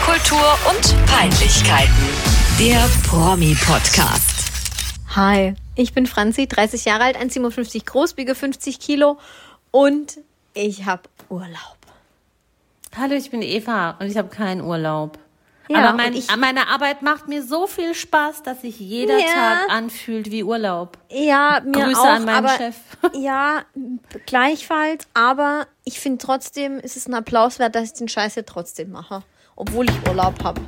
Popkultur und Peinlichkeiten. Der Promi-Podcast. Hi, ich bin Franzi, 30 Jahre alt, 1,57 groß, wiege 50 Kilo und ich habe Urlaub. Hallo, ich bin Eva und ich habe keinen Urlaub. Ja, aber meine Arbeit macht mir so viel Spaß, dass sich jeder Tag anfühlt wie Urlaub. Ja, mir Grüße auch, an meinen aber Chef. Ja, gleichfalls, aber ich finde trotzdem, ist es ein Applaus wert, dass ich den Scheiß hier trotzdem mache, obwohl ich Urlaub habe.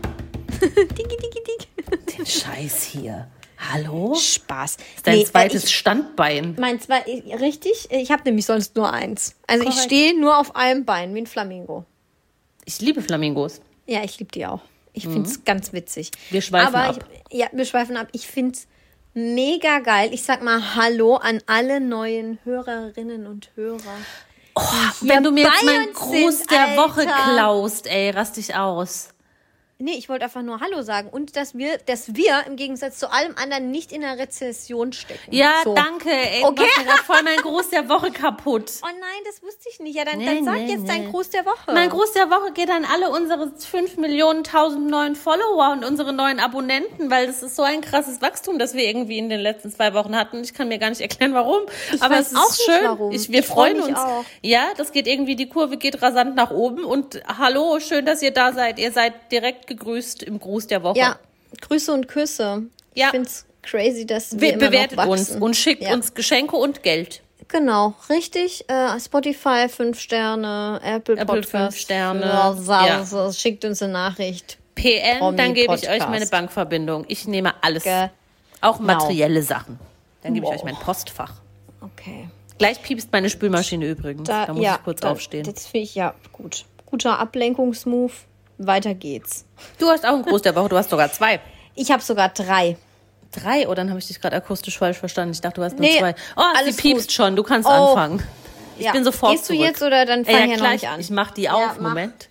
Den Scheiß hier. Hallo? Spaß. Das ist dein zweites Standbein. Richtig, ich habe nämlich sonst nur eins. Also Korrekt. ich stehe nur auf einem Bein, wie ein Flamingo. Ich liebe Flamingos. Ja, ich liebe die auch. Ich finde es ganz witzig. Wir schweifen ab. Wir schweifen ab. Ich finde es mega geil. Ich sag mal Hallo an alle neuen Hörerinnen und Hörer. Oh, wenn du mir jetzt bei meinen uns Gruß sind, der Woche Alter. klaust, ey, rast dich aus. Nee, ich wollte einfach nur Hallo sagen. Und dass wir im Gegensatz zu allem anderen nicht in einer Rezession stecken. Ja, So. danke, ey. Okay. Du machst mir gerade voll meinen Gruß der Woche kaputt. Oh nein, das wusste ich nicht. Ja, dann sag jetzt deinen Gruß der Woche. Mein Gruß der Woche geht an alle unsere 5.000.000 neuen Follower und unsere neuen Abonnenten, weil das ist so ein krasses Wachstum, das wir irgendwie in den letzten 2 Wochen hatten. Ich kann mir gar nicht erklären, warum. Aber weiß es ist auch nicht, schön. warum. Wir Ich freu freuen mich uns. auch. Ja, das geht irgendwie, die Kurve geht rasant nach oben. Und hallo, schön, dass ihr da seid. Ihr seid direkt gegrüßt im Gruß der Woche. Ja, Grüße und Küsse. Ja. Ich finde es crazy, dass wir immer Bewertet noch uns wachsen. und schickt Ja. uns Geschenke und Geld. Genau, richtig. Spotify 5 Sterne, Apple Podcast 5 Sterne. Ja. Schickt uns eine Nachricht. PN, dann gebe ich euch Promi-Podcast. meine Bankverbindung. Ich nehme alles. Genau. Auch materielle Sachen. Dann gebe ich Wow. euch mein Postfach. Okay. Gleich piepst meine Spülmaschine übrigens. Da muss ich kurz aufstehen. Das finde ich ja gut. Guter Ablenkungsmove. Weiter geht's. Du hast auch einen Gruß der Woche. Du hast sogar 2. Ich habe sogar 3. 3? Oh, dann habe ich dich gerade akustisch falsch verstanden. Ich dachte, du hast nur 2. Oh, alles sie piepst gut. schon. Du kannst Oh. anfangen. Ich Ja. bin sofort Gehst du zurück. jetzt oder dann fang ja, ich klar, noch nicht an? Ich mache die Ja, auf. mach. Moment.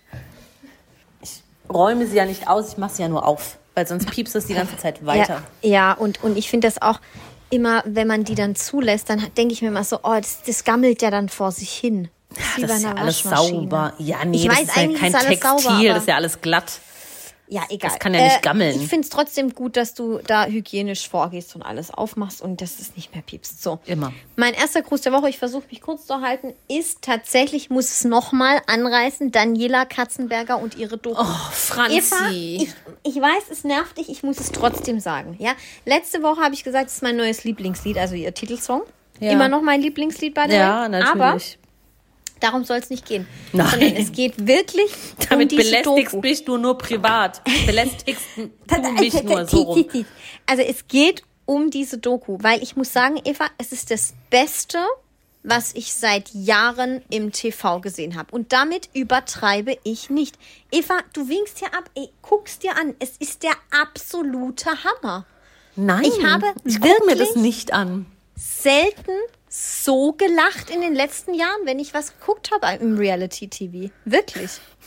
Ich räume sie ja nicht aus. Ich mache sie ja nur auf. Weil sonst piepst es die ganze Zeit weiter. Ja, und ich finde das auch immer, wenn man die dann zulässt, dann denke ich mir immer so, oh, das gammelt ja dann vor sich hin. Wie Das bei ist ja einer alles Waschmaschine. sauber. Ja, nee, Ich das weiß, ist ja eigentlich kein ist alles Textil. sauber, aber- Das ist ja alles glatt. Ja, egal. Das kann ja nicht gammeln. Ich finde es trotzdem gut, dass du da hygienisch vorgehst und alles aufmachst und dass es nicht mehr piepst. So. Immer. Mein erster Gruß der Woche, ich versuche mich kurz zu halten, ist tatsächlich, muss es nochmal anreißen, Daniela Katzenberger und ihre Doku. Oh, Franzi. Eva, ich weiß, es nervt dich, ich muss es trotzdem sagen. Ja? Letzte Woche habe ich gesagt, es ist mein neues Lieblingslied, also ihr Titelsong. Ja. Immer noch mein Lieblingslied bei der Ja, natürlich. Aber darum soll es nicht gehen. Nein. Sondern es geht wirklich Damit um diese belästigst Doku. mich du nur privat. Belästigst du mich nur so rum. Also es geht um diese Doku, weil ich muss sagen, Eva, es ist das Beste, was ich seit Jahren im TV gesehen habe. Und damit übertreibe ich nicht. Eva, du winkst hier ab, guck's dir an. Es ist der absolute Hammer. Nein, Ich habe ich gucke mir wirklich- das nicht an. Selten so gelacht in den letzten Jahren, wenn ich was geguckt habe im Reality-TV. Wirklich.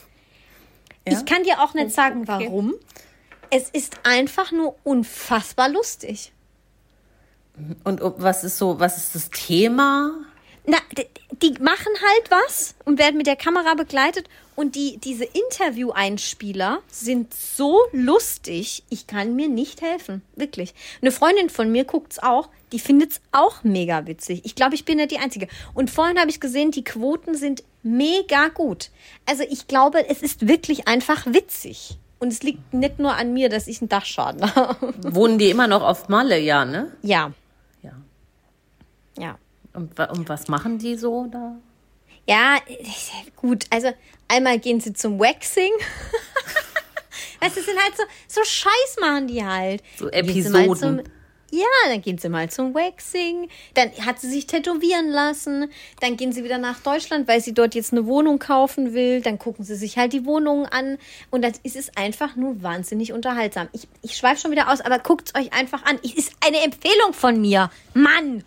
Ja? Ich kann dir auch nicht sagen, warum. Es ist einfach nur unfassbar lustig. Und was ist das Thema? Na, die machen halt was und werden mit der Kamera begleitet und diese Interview-Einspieler sind so lustig, ich kann mir nicht helfen, wirklich. Eine Freundin von mir guckt's auch, die findet's auch mega witzig. Ich glaube, ich bin nicht die Einzige. Und vorhin habe ich gesehen, die Quoten sind mega gut. Also ich glaube, es ist wirklich einfach witzig. Und es liegt nicht nur an mir, dass ich einen Dachschaden habe. Wohnen die immer noch auf Malle, ja, ne? Ja, Ja. ja. Und was machen die so da? Ja, gut. Also einmal gehen sie zum Waxing. Weißt du, das sind halt so Scheiß machen die halt. So Dann gehen sie mal Episoden. dann gehen sie mal zum Waxing. Dann hat sie sich tätowieren lassen. Dann gehen sie wieder nach Deutschland, weil sie dort jetzt eine Wohnung kaufen will. Dann gucken sie sich halt die Wohnungen an. Und dann ist es einfach nur wahnsinnig unterhaltsam. Ich schweife schon wieder aus, aber guckt es euch einfach an. Es ist eine Empfehlung von mir. Mann!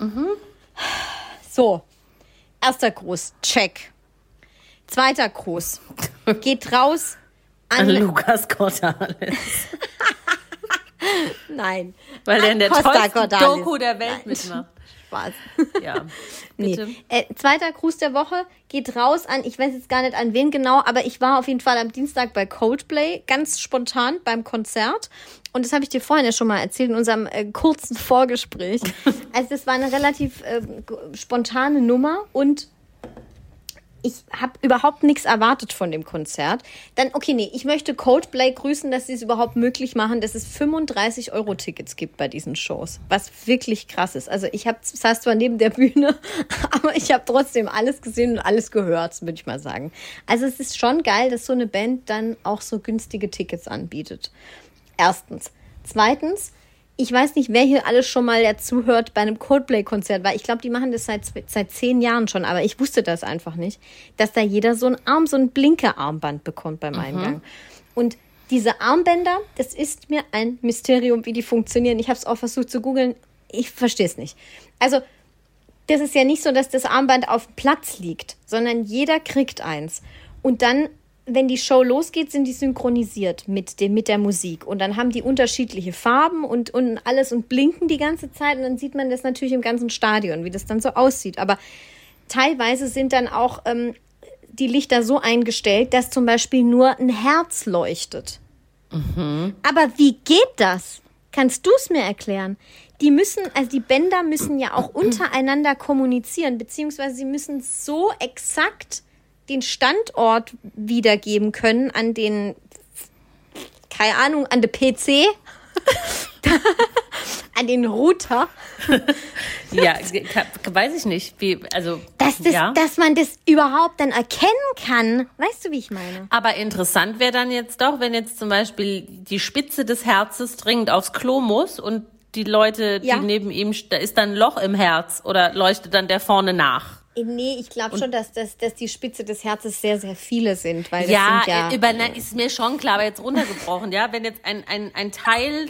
So, erster Gruß, check. Zweiter Gruß, geht raus An an... Lukas Cordalis. Nein. Weil der in der Costa tollsten Cordalis. Doku der Welt mitmacht. Spaß. Ja, bitte. Zweiter Gruß der Woche geht raus an, ich weiß jetzt gar nicht an wen genau, aber ich war auf jeden Fall am Dienstag bei Coldplay, ganz spontan beim Konzert. Und das habe ich dir vorhin ja schon mal erzählt in unserem kurzen Vorgespräch. Also das war eine relativ spontane Nummer und ich habe überhaupt nichts erwartet von dem Konzert. Dann, ich möchte Coldplay grüßen, dass sie es überhaupt möglich machen, dass es 35-Euro-Tickets gibt bei diesen Shows. Was wirklich krass ist. Also saß zwar neben der Bühne, aber ich habe trotzdem alles gesehen und alles gehört, würde ich mal sagen. Also es ist schon geil, dass so eine Band dann auch so günstige Tickets anbietet. Erstens. Zweitens, ich weiß nicht, wer hier alles schon mal zuhört bei einem Coldplay-Konzert, weil ich glaube, die machen das seit 10 Jahren schon, aber ich wusste das einfach nicht, dass da jeder so ein Blinker-Armband bekommt beim Eingang. Und diese Armbänder, das ist mir ein Mysterium, wie die funktionieren. Ich habe es auch versucht zu googeln, ich verstehe es nicht. Also, das ist ja nicht so, dass das Armband auf dem Platz liegt, sondern jeder kriegt eins. Und dann, wenn die Show losgeht, sind die synchronisiert mit der Musik. Und dann haben die unterschiedliche Farben und alles und blinken die ganze Zeit. Und dann sieht man das natürlich im ganzen Stadion, wie das dann so aussieht. Aber teilweise sind dann auch die Lichter so eingestellt, dass zum Beispiel nur ein Herz leuchtet. Aber wie geht das? Kannst du es mir erklären? Die Bänder müssen ja auch untereinander kommunizieren, beziehungsweise sie müssen so exakt den Standort wiedergeben können an den, keine Ahnung, an den PC, an den Router. Ja, weiß ich nicht. Dass man das überhaupt dann erkennen kann. Weißt du, wie ich meine? Aber interessant wäre dann jetzt doch, wenn jetzt zum Beispiel die Spitze des Herzes dringend aufs Klo muss und die Leute, die neben ihm, da ist dann ein Loch im Herz oder leuchtet dann der vorne nach? Nee, ich glaube schon, dass die Spitze des Herzes sehr, sehr viele sind. Weil das ist mir schon klar, aber jetzt runtergebrochen, ja, wenn jetzt ein Teil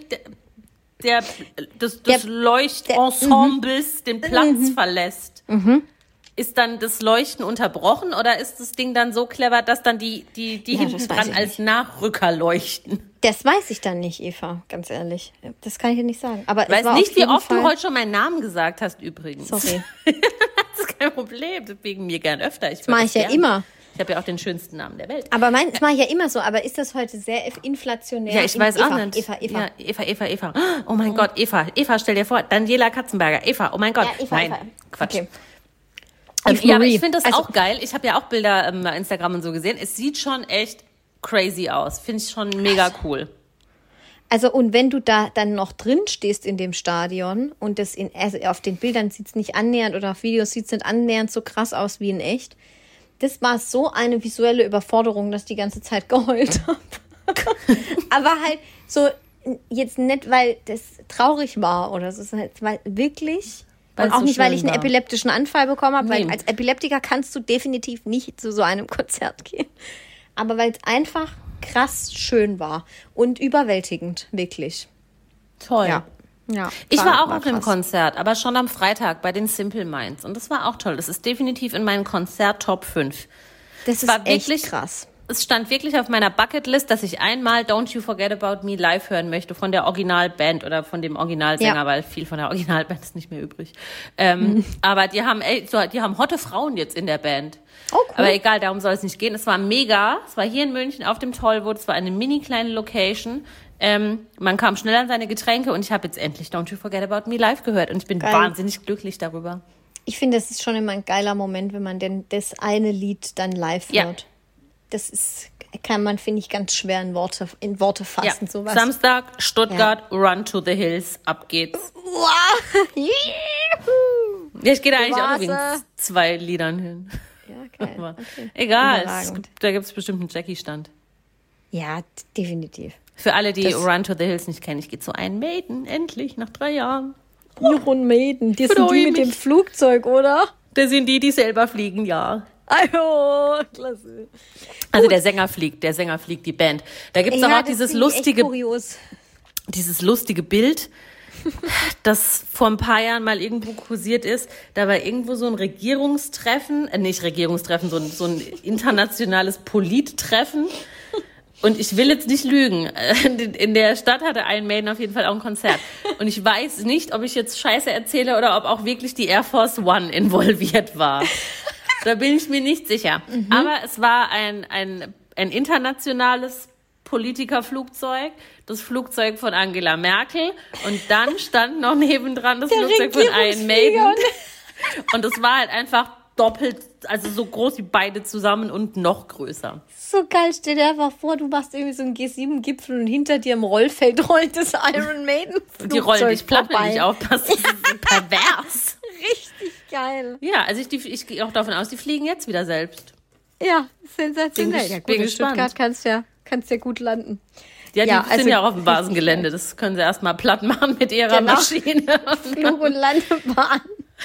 des Leuchtensembles den Platz verlässt, ist dann das Leuchten unterbrochen oder ist das Ding dann so clever, dass dann die hinten dran als Nachrücker leuchten? Das weiß ich dann nicht, Eva, ganz ehrlich. Das kann ich dir nicht sagen. Aber ich weiß nicht, wie oft du heute schon meinen Namen gesagt hast übrigens. Sorry. Das ist kein Problem, deswegen mir gern öfter. Das mache ich ja immer. Ich habe ja auch den schönsten Namen der Welt. Aber das mache ich ja immer so. Aber ist das heute sehr inflationär? Ja, ich weiß auch nicht. Eva. Ja, Eva. Oh mein Gott, Eva. Eva, stell dir vor, Daniela Katzenberger. Eva, oh mein Gott. Ja, Eva, Nein, Eva. Quatsch. Okay. Ja, aber ich finde das auch geil. Ich habe ja auch Bilder bei Instagram und so gesehen. Es sieht schon echt crazy aus. Finde ich schon mega cool. Also und wenn du da dann noch drin stehst in dem Stadion und auf den Bildern sieht es nicht annähernd oder auf Videos sieht es nicht annähernd so krass aus wie in echt. Das war so eine visuelle Überforderung, dass ich die ganze Zeit geheult habe. Aber halt so jetzt nicht, weil das traurig war oder so, sondern weil wirklich... Und auch nicht, weil ich einen epileptischen Anfall bekommen habe, weil als Epileptiker kannst du definitiv nicht zu so einem Konzert gehen. Aber weil es einfach krass schön war und überwältigend, wirklich. Toll. Ja, ich war auch auf dem Konzert, aber schon am Freitag bei den Simple Minds. Und das war auch toll. Das ist definitiv in meinen Konzert-Top 5. Das ist echt krass. Es stand wirklich auf meiner Bucketlist, dass ich einmal Don't You Forget About Me live hören möchte von der Originalband oder von dem Originalsänger, weil viel von der Originalband ist nicht mehr übrig. Aber die haben hotte Frauen jetzt in der Band. Oh, cool. Aber egal, darum soll es nicht gehen. Es war mega. Es war hier in München auf dem Tollwood. Es war eine mini kleine Location. Man kam schnell an seine Getränke und ich habe jetzt endlich Don't You Forget About Me live gehört und ich bin wahnsinnig glücklich darüber. Ich finde, das ist schon immer ein geiler Moment, wenn man denn das eine Lied dann live hört. Das kann man, finde ich, ganz schwer in Worte fassen. Ja. Sowas. Samstag, Stuttgart, Run to the Hills, ab geht's. Ja, ich gehe da eigentlich auch wegen 2 Liedern hin. Ja, geil. Okay. Egal, da gibt es bestimmt einen Jackie-Stand. Ja, definitiv. Für alle, die Run to the Hills nicht kennen, ich gehe zu Iron Maiden, endlich, nach 3 Jahren. Iron Maiden, die sind die mit dem Flugzeug, oder? Das sind die selber fliegen, ja. Ajo, klasse. Also der Sänger fliegt, die Band. Da gibt's auch dieses lustige Bild, das vor ein paar Jahren mal irgendwo kursiert ist. Da war irgendwo so ein Regierungstreffen, so ein internationales Polittreffen. Und ich will jetzt nicht lügen. In der Stadt hatte Iron Maiden auf jeden Fall auch ein Konzert. Und ich weiß nicht, ob ich jetzt Scheiße erzähle oder ob auch wirklich die Air Force One involviert war. Da bin ich mir nicht sicher. Aber es war ein internationales Politikerflugzeug, das Flugzeug von Angela Merkel. Und dann stand noch nebendran das Flugzeug von Iron Maiden. Und es war halt einfach doppelt, also so groß wie beide zusammen und noch größer. So geil, stell dir einfach vor, du machst irgendwie so einen G7-Gipfel und hinter dir im Rollfeld rollt das Iron Maiden-Flugzeug. Die rollen dich platt, wenn ich aufpasse. Das ist pervers. Richtig geil. Ja, also ich gehe auch davon aus, die fliegen jetzt wieder selbst. Ja, sensationell. Ja, gut, in Stuttgart kannst ja gut landen. Ja, die sind ja auch auf dem Basengelände. Das können sie erstmal platt machen mit ihrer Maschine. Flug- und Landebahn.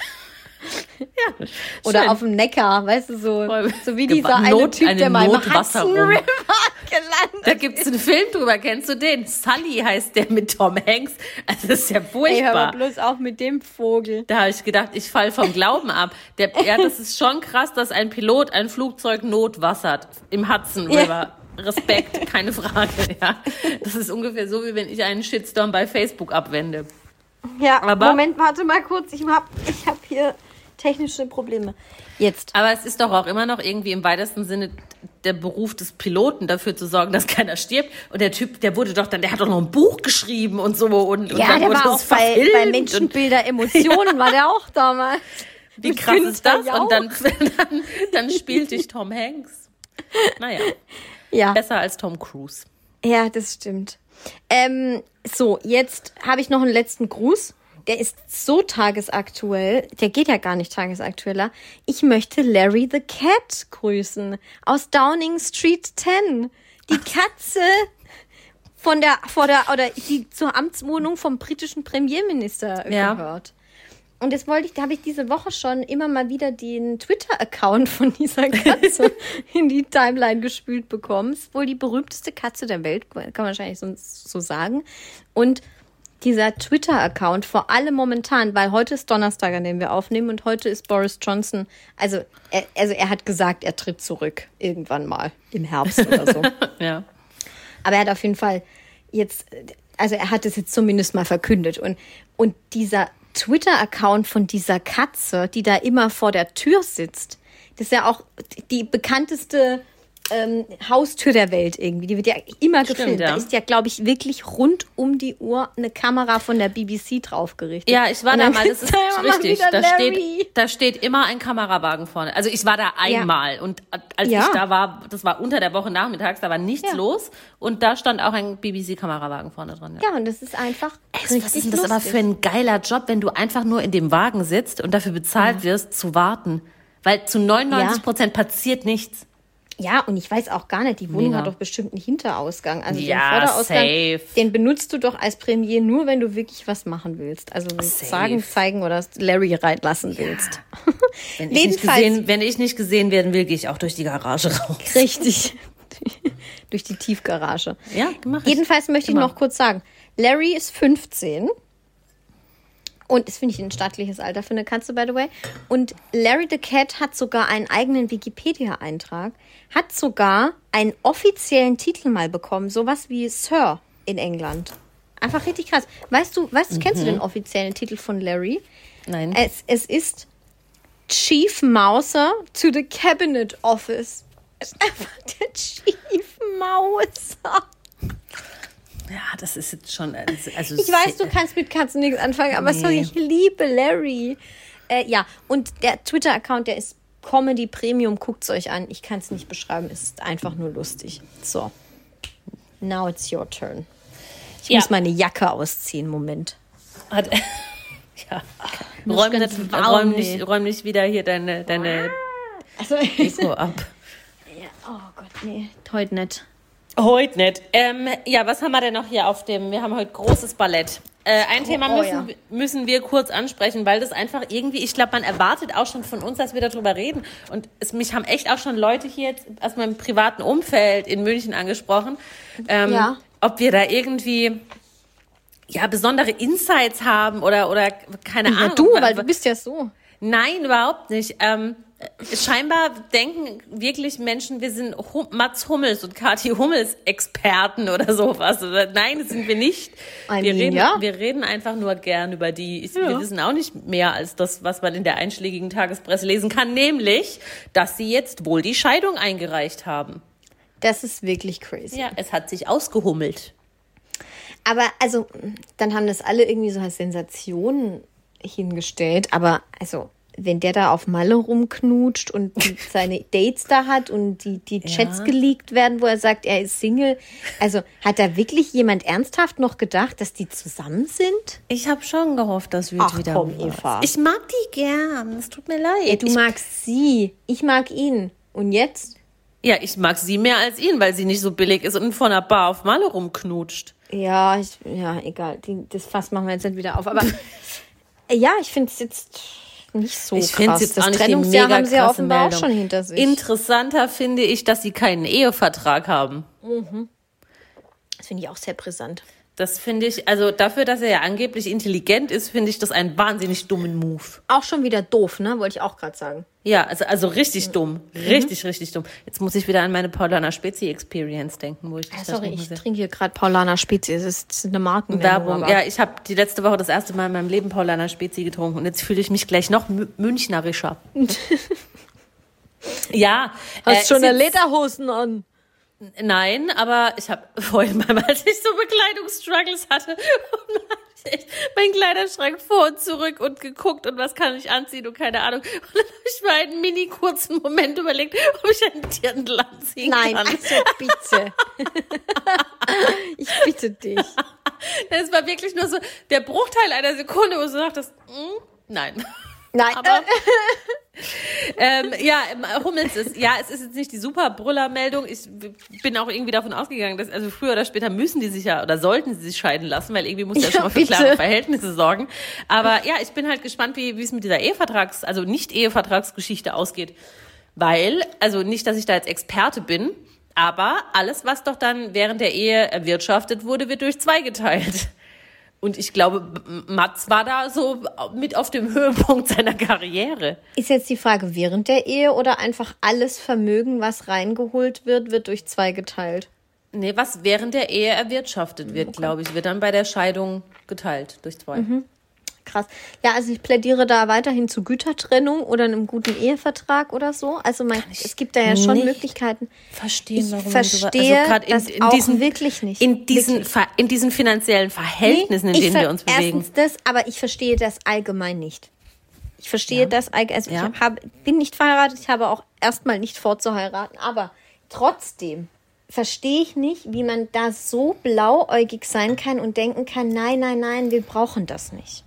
Ja, oder schön. auf dem Neckar, weißt du, so wie dieser eine Typ, der mal im Hudson River gelandet Da gibt's einen Film drüber, kennst du den? Sully heißt der mit Tom Hanks. Also das ist ja furchtbar. Ey, hör mal bloß auf mit dem Vogel. Da habe ich gedacht, ich falle vom Glauben ab. Das ist schon krass, dass ein Pilot ein Flugzeug notwassert im Hudson River. Ja. Respekt, keine Frage. Ja. Das ist ungefähr so, wie wenn ich einen Shitstorm bei Facebook abwende. Ja, aber Moment, warte mal kurz. Ich hab hier technische Probleme. Jetzt. Aber es ist doch auch immer noch irgendwie im weitesten Sinne der Beruf des Piloten, dafür zu sorgen, dass keiner stirbt. Und der Typ, der hat doch noch ein Buch geschrieben und so. Und ja, dann der wurde war auch bei Menschenbilder, Emotionen war der auch damals. Wie krass ist das? Und dann spielt dich Tom Hanks. Naja, besser als Tom Cruise. Ja, das stimmt. So, jetzt habe ich noch einen letzten Gruß. Der ist so tagesaktuell. Der geht ja gar nicht tagesaktueller. Ich möchte Larry the Cat grüßen. Aus Downing Street 10. Die Katze die zur Amtswohnung vom britischen Premierminister gehört. Und das habe ich diese Woche schon immer mal wieder den Twitter-Account von dieser Katze in die Timeline gespült bekommen. Ist wohl die berühmteste Katze der Welt, kann man wahrscheinlich so sagen. Und dieser Twitter-Account, vor allem momentan, weil heute ist Donnerstag, an dem wir aufnehmen und heute ist Boris Johnson, also er hat gesagt, er tritt zurück irgendwann mal im Herbst oder so. Ja. Aber er hat auf jeden Fall jetzt, also er hat es jetzt zumindest mal verkündet und dieser Twitter-Account von dieser Katze, die da immer vor der Tür sitzt, das ist ja auch die bekannteste Haustür der Welt irgendwie. Die wird ja immer gefilmt. Ja. Da ist ja, glaube ich, wirklich rund um die Uhr eine Kamera von der BBC drauf gerichtet. Ja, ich war da mal, das ist richtig. Da steht immer ein Kamerawagen vorne. Also ich war da einmal und als ich da war, das war unter der Woche nachmittags, da war nichts los und da stand auch ein BBC-Kamerawagen vorne dran. Ja, und das ist einfach richtig was ist denn das lustig. Aber für ein geiler Job, wenn du einfach nur in dem Wagen sitzt und dafür bezahlt wirst, zu warten. Weil zu 99% passiert nichts. Ja, und ich weiß auch gar nicht, die Wohnung hat doch bestimmt einen Hinterausgang. Also den Vorderausgang, safe. Den benutzt du doch als Premier nur, wenn du wirklich was machen willst. Also sagen, zeigen oder Larry reinlassen willst. Wenn ich nicht gesehen werden will, gehe ich auch durch die Garage raus. Richtig. Durch die Tiefgarage. Ja, mach ich. Jedenfalls möchte ich noch kurz sagen, Larry ist 15. Und das finde ich ein stattliches Alter für eine Katze, by the way. Und Larry the Cat hat sogar einen eigenen Wikipedia-Eintrag, hat sogar einen offiziellen Titel mal bekommen, sowas wie Sir in England. Einfach richtig krass. Kennst du den offiziellen Titel von Larry? Nein. Es ist Chief Mouser to the Cabinet Office. Es ist einfach der Chief Mouser. Ja, das ist jetzt schon... Also ich weiß, du kannst mit Katzen nichts anfangen, aber sorry, ich liebe Larry. Und der Twitter-Account, der ist Comedy Premium, guckt es euch an. Ich kann es nicht beschreiben, es ist einfach nur lustig. So, now it's your turn. Ich muss meine Jacke ausziehen, Moment. Räum nicht wieder hier deine Deko ab. Ja, oh Gott, nee, heute nicht. Heute nicht. Was haben wir denn noch hier wir haben heute großes Ballett. Ein Thema müssen wir kurz ansprechen, weil das einfach irgendwie, ich glaube, man erwartet auch schon von uns, dass wir darüber reden. Und mich haben echt auch schon Leute hier jetzt aus meinem privaten Umfeld in München angesprochen, ob wir da irgendwie besondere Insights haben oder keine Ahnung. Weil du bist ja so. Nein, überhaupt nicht. Scheinbar denken wirklich Menschen, wir sind Mats Hummels und Kathi Hummels Experten oder sowas. Nein, das sind wir nicht. Wir reden einfach nur gern über die. Wir wissen auch nicht mehr als das, was man in der einschlägigen Tagespresse lesen kann, nämlich, dass sie jetzt wohl die Scheidung eingereicht haben. Das ist wirklich crazy. Ja, es hat sich ausgehummelt. Aber also, dann haben das alle irgendwie so als Sensation hingestellt. Aber also, wenn der da auf Malle rumknutscht und seine Dates da hat und die Chats geleakt werden, wo er sagt, er ist Single. Also, hat da wirklich jemand ernsthaft noch gedacht, dass die zusammen sind? Ich habe schon gehofft, das wird wieder komm, was. Eva. Ich mag die gern. Es tut mir leid. Ja, du magst sie. Ich mag ihn. Und jetzt? Ja, ich mag sie mehr als ihn, weil sie nicht so billig ist und von einer Bar auf Malle rumknutscht. Ja, egal. Das Fass machen wir jetzt nicht wieder auf. Aber ja, ich finde es jetzt nicht so krass. Ich finde es jetzt das auch nicht die Trennungsjahr mega haben sie ja krasse offenbar Meldung. auch schon hinter sich. Interessanter finde ich, dass sie keinen Ehevertrag haben. Das finde ich auch sehr brisant. Das finde ich, also dafür, dass er ja angeblich intelligent ist, finde ich das einen wahnsinnig dummen Move. Auch schon wieder doof, ne? Wollte ich auch gerade sagen. Ja, also richtig dumm. Richtig dumm. Jetzt muss ich wieder an meine Paulaner Spezi-Experience denken, wo ich das Sorry, ich trinke hier gerade Paulaner Spezi. Das ist eine Markenwerbung. Ja, ich habe die letzte Woche das erste Mal in meinem Leben Paulaner Spezi getrunken und jetzt fühle ich mich gleich noch münchnerischer. Ja. Hast schon eine Lederhosen an? Nein, aber ich habe vorhin, als ich so Bekleidungsstruggles hatte, mein Kleiderschrank vor und zurück und geguckt und was kann ich anziehen und keine Ahnung. Und dann habe ich mir einen mini kurzen Moment überlegt, ob ich einen Dirndl anziehen kann. Nein, also bitte. Ich bitte dich. Das war wirklich nur so der Bruchteil einer Sekunde, wo du sagtest, nein. Nein. Aber Hummels ist, es ist jetzt nicht die super Brüller-Meldung. Ich bin auch irgendwie davon ausgegangen, dass also früher oder später müssen die sich ja oder sollten sie sich scheiden lassen, weil irgendwie muss ja schon mal für klare Verhältnisse sorgen. Aber ja, ich bin halt gespannt, wie es mit dieser Nicht-Ehevertragsgeschichte ausgeht. Weil, also nicht, dass ich da jetzt Experte bin, aber alles, was doch dann während der Ehe erwirtschaftet wurde, wird durch 2 geteilt. Und ich glaube, Mats war da so mit auf dem Höhepunkt seiner Karriere. Ist jetzt die Frage, während der Ehe oder einfach alles Vermögen, was reingeholt wird durch 2 geteilt? Nee, was während der Ehe erwirtschaftet wird, glaube ich, wird dann bei der Scheidung geteilt durch 2. Krass. Ja, also ich plädiere da weiterhin zu Gütertrennung oder einem guten Ehevertrag oder so. Also es gibt da ja schon Möglichkeiten. Verstehe, warum verstehe also das auch wirklich nicht. In diesen finanziellen Verhältnissen, in denen wir uns bewegen. Erstens das, aber ich verstehe das allgemein nicht. Ich verstehe das allgemein. Also ich bin nicht verheiratet, ich habe auch erstmal nicht vor zu heiraten, aber trotzdem verstehe ich nicht, wie man da so blauäugig sein kann und denken kann, nein, wir brauchen das nicht.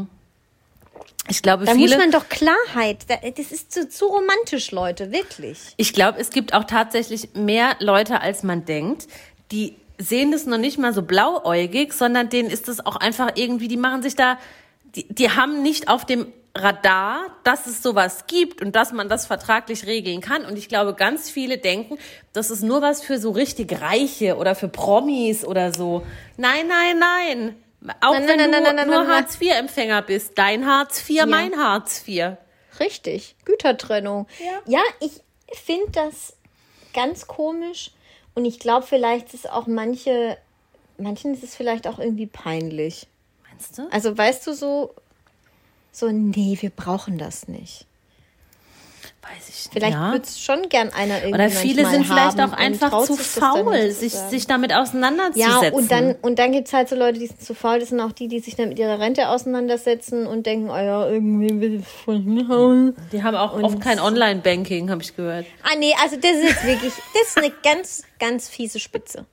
Ich glaube, da muss man doch Klarheit. Das ist zu romantisch, Leute, wirklich. Ich glaube, es gibt auch tatsächlich mehr Leute, als man denkt, die sehen das noch nicht mal so blauäugig, sondern denen ist das auch einfach irgendwie, die machen sich da, die haben nicht auf dem Radar, dass es sowas gibt und dass man das vertraglich regeln kann. Und ich glaube, ganz viele denken, das ist nur was für so richtig Reiche oder für Promis oder so. Nein. Auch wenn du nur Hartz-IV-Empfänger bist. Dein Hartz IV, mein Hartz IV. Richtig. Gütertrennung. Ja, ich finde das ganz komisch. Und ich glaube, vielleicht ist auch manchen ist es vielleicht auch irgendwie peinlich. Meinst du? Also weißt du, so nee, wir brauchen das nicht. Weiß ich nicht. Vielleicht würde es schon gern einer irgendwie oder viele sind vielleicht auch haben einfach zu faul, sich damit auseinanderzusetzen. Ja, und dann gibt es halt so Leute, die sind zu faul. Das sind auch die sich dann mit ihrer Rente auseinandersetzen und denken, oh ja, irgendwie will ich von Hause. Die haben auch oft kein Online-Banking, habe ich gehört. Ah nee, also das ist jetzt wirklich, das ist eine ganz, ganz fiese Spitze.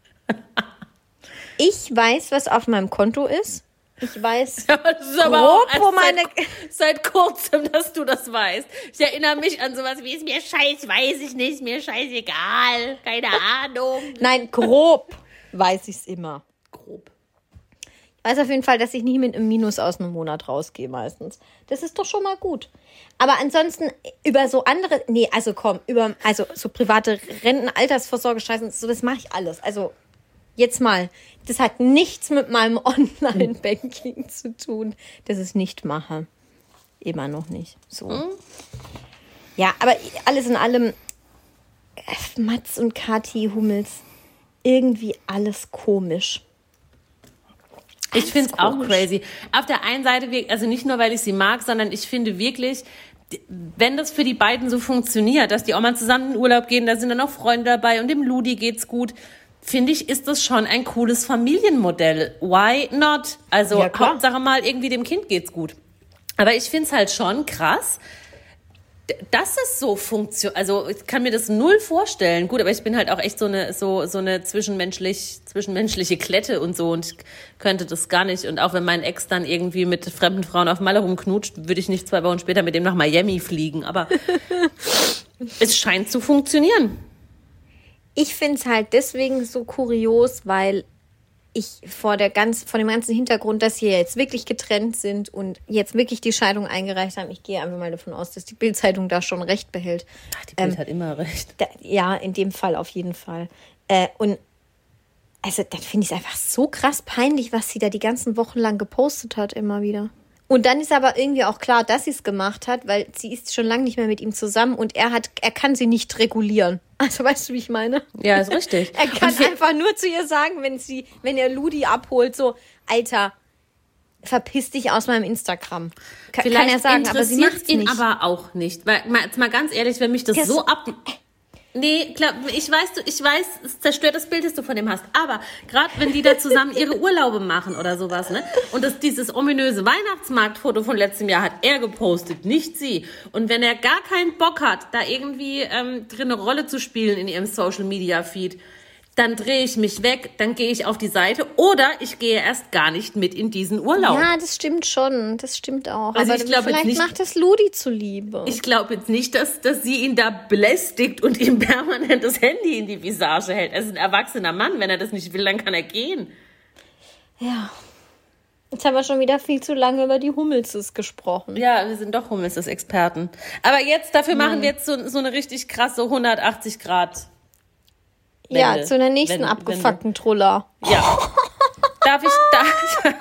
Ich weiß, was auf meinem Konto ist. Ich weiß das ist aber grob, auch wo meine... Seit kurzem, dass du das weißt. Ich erinnere mich an sowas wie, ist mir weiß ich nicht, ist mir scheißegal, keine Ahnung. Nein, grob weiß ich es immer. Grob. Ich weiß auf jeden Fall, dass ich nicht mit einem Minus aus einem Monat rausgehe meistens. Das ist doch schon mal gut. Aber ansonsten über so andere... Nee, also komm, also so private Renten, Altersvorsorge, Scheißen, so das mache ich alles. Also... Jetzt mal, das hat nichts mit meinem Online-Banking zu tun, dass ich es nicht mache. Immer noch nicht. So. Ja, aber alles in allem, Mats und Kathi Hummels, irgendwie alles komisch. Ich finde es auch crazy. Auf der einen Seite, also nicht nur, weil ich sie mag, sondern ich finde wirklich, wenn das für die beiden so funktioniert, dass die auch mal zusammen in den Urlaub gehen, da sind dann auch Freunde dabei und dem Ludi geht's gut, finde ich, ist das schon ein cooles Familienmodell. Why not? Also Ja, klar. Hauptsache mal irgendwie dem Kind geht's gut. Aber ich finde es halt schon krass, dass es so funktioniert. Also ich kann mir das null vorstellen. Gut, aber ich bin halt auch echt so eine zwischenmenschliche Klette und so und könnte das gar nicht. Und auch wenn mein Ex dann irgendwie mit fremden Frauen auf Malle rumknutscht, würde ich nicht 2 Wochen später mit dem nach Miami fliegen. Aber es scheint zu funktionieren. Ich finde es halt deswegen so kurios, weil ich vor dem ganzen Hintergrund, dass sie jetzt wirklich getrennt sind und jetzt wirklich die Scheidung eingereicht haben, ich gehe einfach mal davon aus, dass die Bild-Zeitung da schon recht behält. Ach, die Bild hat immer recht. Ja, in dem Fall auf jeden Fall. Und also dann finde ich es einfach so krass peinlich, was sie da die ganzen Wochen lang gepostet hat, immer wieder. Und dann ist aber irgendwie auch klar, dass sie es gemacht hat, weil sie ist schon lange nicht mehr mit ihm zusammen und er kann sie nicht regulieren. Also weißt du, wie ich meine? Ja, ist richtig. Er kann einfach nur zu ihr sagen, wenn er Ludi abholt, so, Alter, verpiss dich aus meinem Instagram. Kann er sagen, aber sie macht's ihn nicht. aber auch nicht. Weil, jetzt mal ganz ehrlich, wenn mich das so Nee, klar, ich weiß, es zerstört das Bild, das du von dem hast. Aber gerade wenn die da zusammen ihre Urlaube machen oder sowas, ne? Und dieses ominöse Weihnachtsmarktfoto von letztem Jahr hat er gepostet, nicht sie. Und wenn er gar keinen Bock hat, da irgendwie drin eine Rolle zu spielen in ihrem Social-Media-Feed, dann drehe ich mich weg, dann gehe ich auf die Seite oder ich gehe erst gar nicht mit in diesen Urlaub. Ja, das stimmt schon, das stimmt auch. Also aber ich glaube vielleicht jetzt nicht, macht das Ludi zuliebe. Ich glaube jetzt nicht, dass sie ihn da belästigt und ihm permanent das Handy in die Visage hält. Er ist ein erwachsener Mann. Wenn er das nicht will, dann kann er gehen. Ja. Jetzt haben wir schon wieder viel zu lange über die Hummelses gesprochen. Ja, wir sind doch Hummelses-Experten. Aber jetzt, dafür machen wir jetzt so eine richtig krasse 180 Grad Wende. Ja, zu der nächsten abgefuckten Truller. Ja. Darf ich?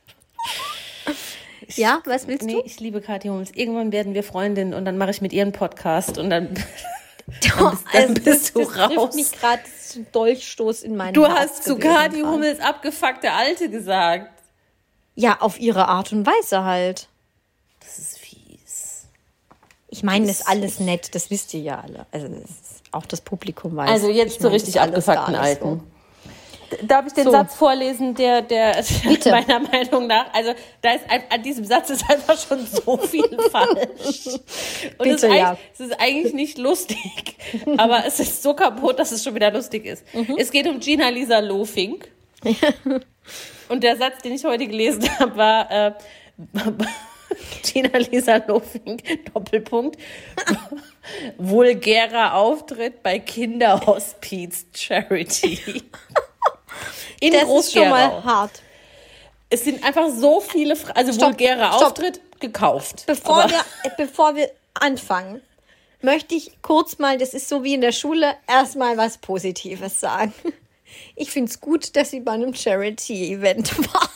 Ja, was willst du? Ich liebe Kathi Hummels. Irgendwann werden wir Freundinnen und dann mache ich mit ihr einen Podcast und dann bist du raus. Das trifft mich gerade zum Dolchstoß in meinen Du Herz hast zu gewesen Kathi dran. Hummels abgefuckte Alte gesagt. Ja, auf ihre Art und Weise halt. Das ist fies. Ich meine, das ist alles nett, das wisst ihr ja alle. Also das ist, auch das Publikum weiß. Also jetzt zur richtig abgefuckten Alten. Darf ich den Satz vorlesen, der meiner Meinung nach, also da ist an diesem Satz ist einfach schon so viel falsch. Und Bitte, es ist eigentlich nicht lustig, aber es ist so kaputt, dass es schon wieder lustig ist. Es geht um Gina-Lisa Lofink. Und der Satz, den ich heute gelesen habe, war Gina-Lisa Lofink, Doppelpunkt, vulgärer Auftritt bei Kinderhospiz Charity. Das ist schon mal hart. Es sind einfach so viele, vulgärer Auftritt gekauft. Bevor wir anfangen, möchte ich kurz mal, das ist so wie in der Schule, erstmal was Positives sagen. Ich finde es gut, dass sie bei einem Charity-Event war.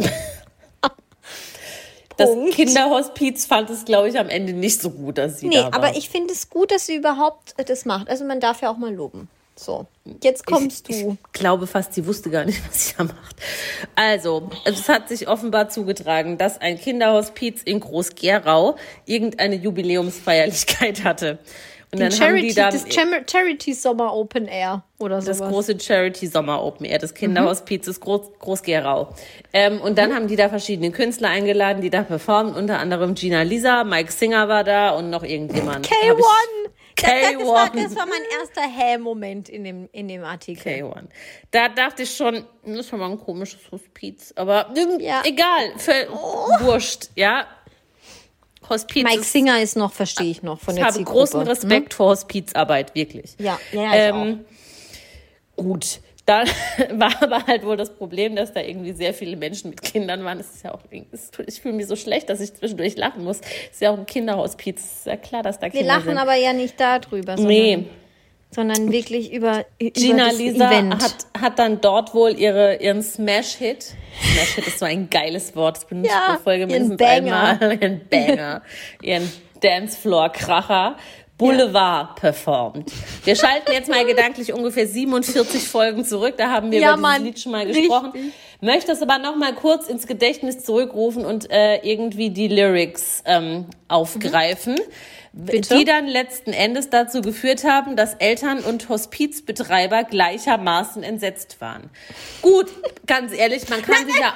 Das Kinderhospiz fand es, glaube ich, am Ende nicht so gut, dass sie da war. Aber ich finde es gut, dass sie überhaupt das macht. Also man darf ja auch mal loben. So, jetzt kommst du. Ich glaube fast, sie wusste gar nicht, was sie da macht. Also, es hat sich offenbar zugetragen, dass ein Kinderhospiz in Groß-Gerau irgendeine Jubiläumsfeierlichkeit hatte. Und dann haben die dann das Charity Sommer Open Air oder sowas. Das große Charity Sommer Open Air, das Kinderhospiz ist Groß-Gerau. Und dann haben die da verschiedene Künstler eingeladen, die da performen, unter anderem Gina-Lisa, Mike Singer war da und noch irgendjemand. K1! K1. Das war mein erster Moment in dem Artikel. K1. Da dachte ich schon, das ist schon mal ein komisches Hospiz. Aber egal, wurscht, ja. Hospiz Mike Singer ist noch, verstehe ich noch, von der Zielgruppe. Ich habe großen Respekt vor Hospizarbeit, wirklich. Ja, ich auch. Gut, dann war aber halt wohl das Problem, dass da irgendwie sehr viele Menschen mit Kindern waren. Das ist ja auch, ich fühle mich so schlecht, dass ich zwischendurch lachen muss. Das ist ja auch ein Kinderhospiz. Ist ja klar, dass da Kinder sind. Wir lachen aber ja nicht darüber. Nee. sondern wirklich über Gina das Lisa Event. hat dann dort wohl ihren Smash-Hit. Smash-Hit ist so ein geiles Wort. Das benutze ich pro Folge mindestens einmal. Ihren Banger. Ihren Dancefloor-Kracher. Boulevard performt. Wir schalten jetzt mal gedanklich ungefähr 47 Folgen zurück. Da haben wir über dieses Lied schon mal gesprochen. Richtig. Möchte es aber noch mal kurz ins Gedächtnis zurückrufen und irgendwie die Lyrics aufgreifen, die dann letzten Endes dazu geführt haben, dass Eltern und Hospizbetreiber gleichermaßen entsetzt waren. Gut, ganz ehrlich, man kann sich ja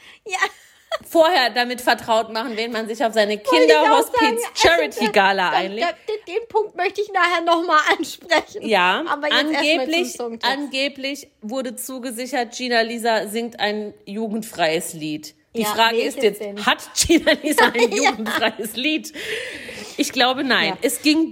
vorher damit vertraut machen, wenn man sich auf seine Kinderhospiz-Charity-Gala einlegt. Den Punkt möchte ich nachher nochmal ansprechen. Ja, aber jetzt angeblich wurde zugesichert, Gina Lisa singt ein jugendfreies Lied. Die Frage ist jetzt, hat Gina Lisa ein jugendfreies Lied? Ich glaube, nein. Ja. Es ging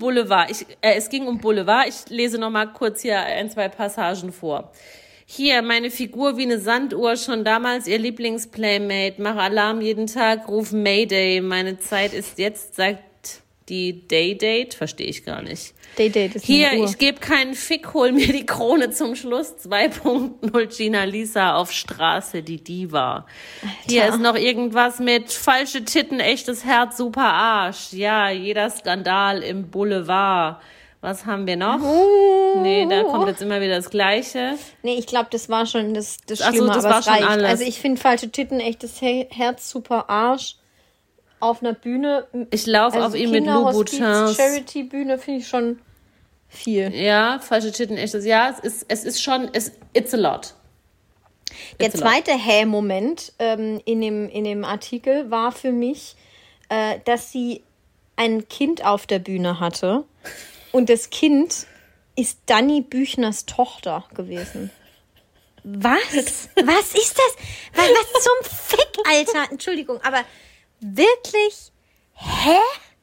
um Boulevard. Ich lese noch mal kurz hier 1-2 Passagen vor. Hier, meine Figur wie eine Sanduhr, schon damals ihr Lieblingsplaymate. Mach Alarm jeden Tag, ruf Mayday. Meine Zeit ist jetzt, sagt die Daydate. Verstehe ich gar nicht. Daydate ist hier, ich gebe keinen Fick, hol mir die Krone zum Schluss. 2.0 Gina Lisa auf Straße, die Diva. Alter. Hier ist noch irgendwas mit falsche Titten, echtes Herz, super Arsch. Ja, jeder Skandal im Boulevard. Was haben wir noch? Nee, da kommt jetzt immer wieder das Gleiche. Nee, ich glaube, das war schon das Schlimme, das aber es reicht. Alles. Also ich finde falsche Titten, echtes Herz, super Arsch. Auf einer Bühne. Ich laufe auf ihm mit Louboutins. Charity-Bühne finde ich schon viel. Ja, falsche Titten, echtes. Ja, es ist schon, it's a lot. Der zweite Moment in dem Artikel war für mich, dass sie ein Kind auf der Bühne hatte. Und das Kind ist Dani Büchners Tochter gewesen. Was? Was ist das? Was zum Fick, Alter? Entschuldigung, aber wirklich? Hä?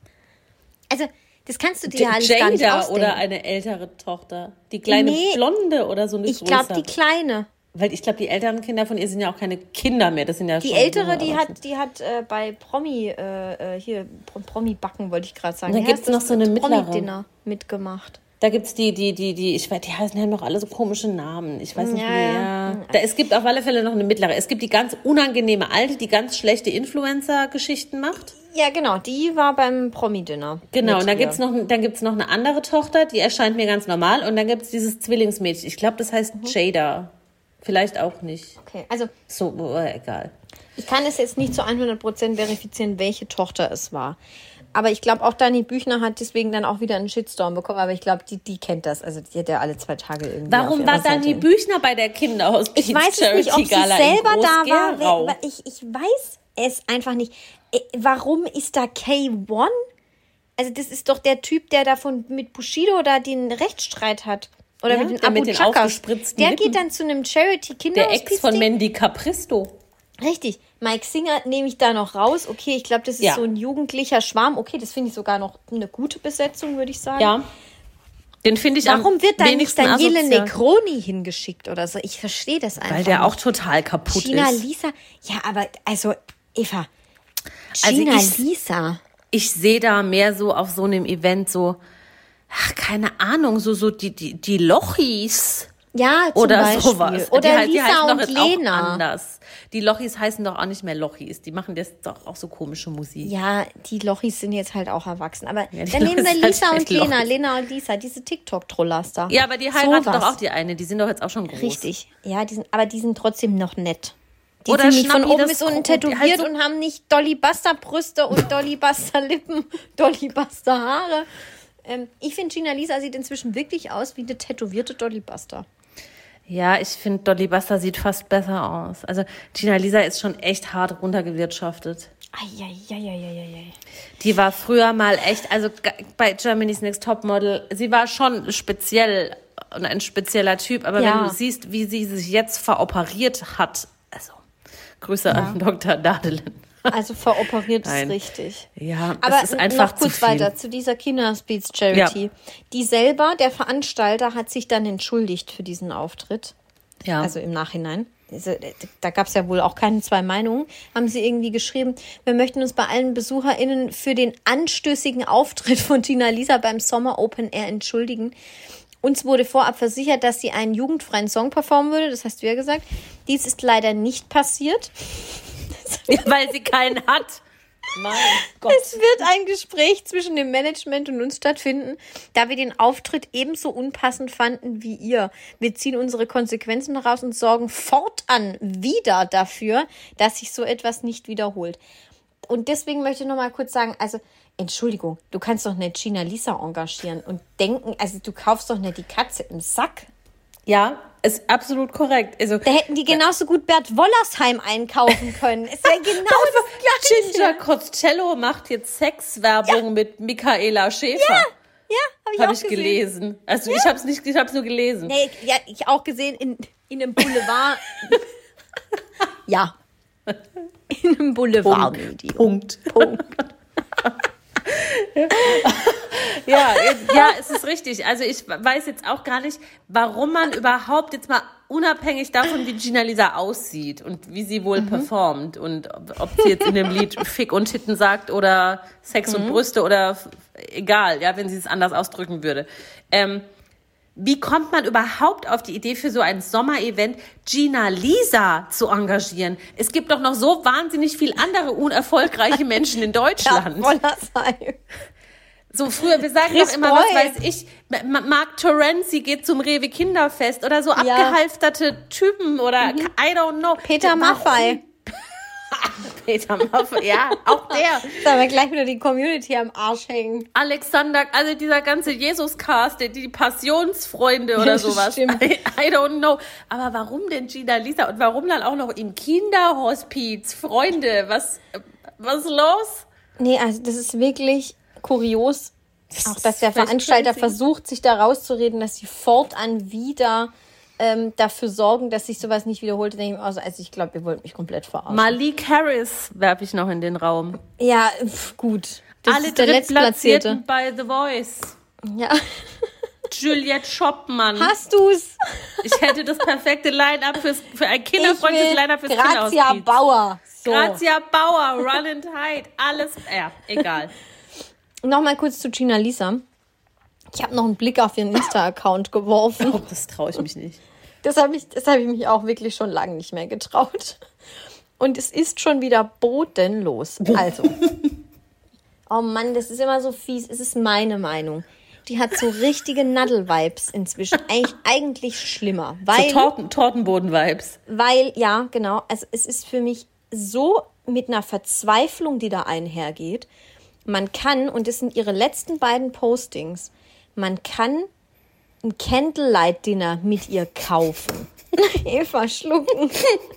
Also, das kannst du dir ja alles gar nicht ausdenken. Oder eine ältere Tochter? Die kleine Blonde oder so eine größere? Ich glaube, die kleine. Weil ich glaube, die älteren Kinder von ihr sind ja auch keine Kinder mehr. Das sind ja die schon ältere, die hat bei Promi, Promi-Backen, wollte ich gerade sagen. Und da gibt es noch so eine mittlere. Promi-Dinner mitgemacht. Da gibt es die heißen ja noch alle so komische Namen. Ich weiß nicht mehr. Es gibt auf alle Fälle noch eine mittlere. Es gibt die ganz unangenehme Alte, die ganz schlechte Influencer-Geschichten macht. Ja, genau. Die war beim Promi-Dinner. Genau. Und dann gibt's noch eine andere Tochter, die erscheint mir ganz normal. Und dann gibt es dieses Zwillingsmädchen. Ich glaube, das heißt Jada. Vielleicht auch nicht. Okay, also. So, egal. Ich kann es jetzt nicht zu 100% verifizieren, welche Tochter es war. Aber ich glaube, auch Dani Büchner hat deswegen dann auch wieder einen Shitstorm bekommen. Aber ich glaube, die kennt das. Also, die hat ja alle 2 Tage irgendwie. Warum war Dani Büchner bei der Kinderhospiz? Ich weiß es nicht, ob sie selber da war. Ich weiß es einfach nicht. Warum ist da K1? Also, das ist doch der Typ, der davon mit Bushido da den Rechtsstreit hat. Oder mit den Abu Chakas. Der geht dann zu einem Charity-Kinderhospiz. Der Ex von Mandy Capristo. Richtig. Mike Singer nehme ich da noch raus. Okay, ich glaube, das ist so ein jugendlicher Schwarm. Okay, das finde ich sogar noch eine gute Besetzung, würde ich sagen. Ja. Den finde ich Warum wird da nicht Daniele Negroni hingeschickt oder so? Ich verstehe das einfach. Weil der auch total kaputt Gina ist. Lisa. Ja, aber also, Eva. Gina Lisa. Ich sehe da mehr so auf so einem Event so, keine Ahnung, so die Lochis. Ja, zum oder Beispiel. Sowas. Oder die Lisa heißen und doch jetzt Lena. Auch anders. Die Lochis heißen doch auch nicht mehr Lochis. Die machen jetzt doch auch so komische Musik. Ja, die Lochis sind jetzt halt auch erwachsen. Aber dann nehmen wir Lisa und Lena. Lena und Lisa, diese TikTok-Trollers da. Ja, aber die heiraten doch auch die eine. Die sind doch jetzt auch schon groß. Richtig. Ja, die sind trotzdem noch nett. Die oder sind nicht von oben bis unten tätowiert halt so und haben nicht Dolly Buster Brüste und Dolly Buster Lippen, Dolly Buster Haare. Ich finde, Gina Lisa sieht inzwischen wirklich aus wie eine tätowierte Dolly Buster. Ja, ich finde, Dolly Buster sieht fast besser aus. Also Gina Lisa ist schon echt hart runtergewirtschaftet. Eieieiei. Die war früher mal echt, also bei Germany's Next Topmodel, sie war schon speziell und ein spezieller Typ, aber wenn du siehst, wie sie sich jetzt veroperiert hat, also Grüße an Dr. Dadelin. Also veroperiert ist richtig. Ja, aber es ist einfach noch kurz zu viel. weiter zu dieser Kinderhospiz-Charity. Ja. Die selber, der Veranstalter, hat sich dann entschuldigt für diesen Auftritt. Ja. Also im Nachhinein. Also, da gab es ja wohl auch keine 2 Meinungen. Haben sie irgendwie geschrieben, wir möchten uns bei allen BesucherInnen für den anstößigen Auftritt von Gina Lisa beim Sommer Open Air entschuldigen Uns wurde vorab versichert, dass sie einen jugendfreien Song performen würde. Das hast du ja gesagt. Dies ist leider nicht passiert. Ja, weil sie keinen hat. Mein Gott. Es wird ein Gespräch zwischen dem Management und uns stattfinden, da wir den Auftritt ebenso unpassend fanden wie ihr. Wir ziehen unsere Konsequenzen daraus und sorgen fortan wieder dafür, dass sich so etwas nicht wiederholt. Und deswegen möchte ich noch mal kurz sagen, also Entschuldigung, du kannst doch nicht Gina Lisa engagieren und denken, also du kaufst doch nicht die Katze im Sack. Ja, ist absolut korrekt. Also, da hätten die genauso gut Bert Wollersheim einkaufen können. Es wäre genau das Gleiche. Ginger Costello macht jetzt Sexwerbung mit Michaela Schäfer. Ja, habe ich gelesen. Also ich habe es nur gelesen. Nee, ja, ich auch gesehen in einem Boulevard. Ja. In einem Boulevard-Medium. Punkt. Ja, es ist richtig. Also ich weiß jetzt auch gar nicht, warum man überhaupt jetzt mal unabhängig davon, wie Gina Lisa aussieht und wie sie wohl performt und ob sie jetzt in dem Lied Fick und Titten sagt oder Sex und Brüste oder egal, ja, wenn sie es anders ausdrücken würde. Wie kommt man überhaupt auf die Idee, für so ein Sommerevent Gina Lisa zu engagieren? Es gibt doch noch so wahnsinnig viel andere unerfolgreiche Menschen in Deutschland. So früher, wir sagen doch immer, was weiß ich, Mark Terenzi geht zum Rewe Kinderfest oder so abgehalfterte Typen oder I don't know. Peter Maffay. Peter Maffay, ja, auch der. Sollen wir gleich wieder die Community am Arsch hängen. Alexander, also dieser ganze Jesus-Cast, die Passionsfreunde oder sowas. I don't know. Aber warum denn Gina Lisa und warum dann auch noch im Kinderhospiz? Freunde, was ist los? Nee, also das ist wirklich kurios. Auch, dass der Veranstalter versucht, sich da rauszureden, dass sie fortan wieder dafür sorgen, dass sich sowas nicht wiederholt. Also ich glaube, ihr wollt mich komplett verarschen. Malik Harris werfe ich noch in den Raum. Ja, gut. Das alle ist der Letztplatzierte bei The Voice. Ja. Juliette Schoppmann. Hast du's? Ich hätte das perfekte Line-Up für ein kinderfreundliches Line-Up fürs Kinderhospiz. Grazia Bauer. So. Grazia Bauer, Run and Hide, alles. Ja, egal. Nochmal kurz zu Gina Lisa. Ich habe noch einen Blick auf ihren Insta-Account geworfen. Oh, das traue ich mich nicht. Das hab ich mich auch wirklich schon lange nicht mehr getraut. Und es ist schon wieder bodenlos. Also. Oh Mann, das ist immer so fies. Es ist meine Meinung. Die hat so richtige Nadel-Vibes inzwischen. Eigentlich schlimmer. Weil, so Tortenboden-Vibes. Weil, ja, genau. Also es ist für mich so mit einer Verzweiflung, die da einhergeht. Man kann, und das sind ihre letzten beiden Postings, man kann ein Candlelight-Dinner mit ihr kaufen. Eva schlucken.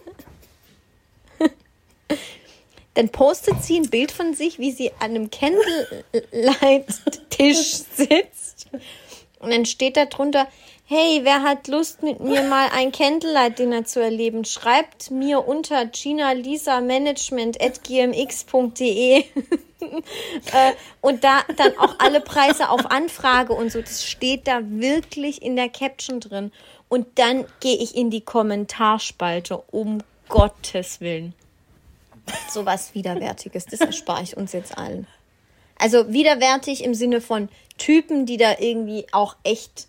Dann postet sie ein Bild von sich, wie sie an einem Candlelight-Tisch sitzt. Und dann steht da drunter, hey, wer hat Lust, mit mir mal ein Candlelight-Dinner zu erleben? Schreibt mir unter ginaLisaManagement@gmx.de. Und da dann auch alle Preise auf Anfrage und so. Das steht da wirklich in der Caption drin. Und dann gehe ich in die Kommentarspalte, um Gottes Willen. So was Widerwärtiges, das erspare ich uns jetzt allen. Also widerwärtig im Sinne von Typen, die da irgendwie auch echt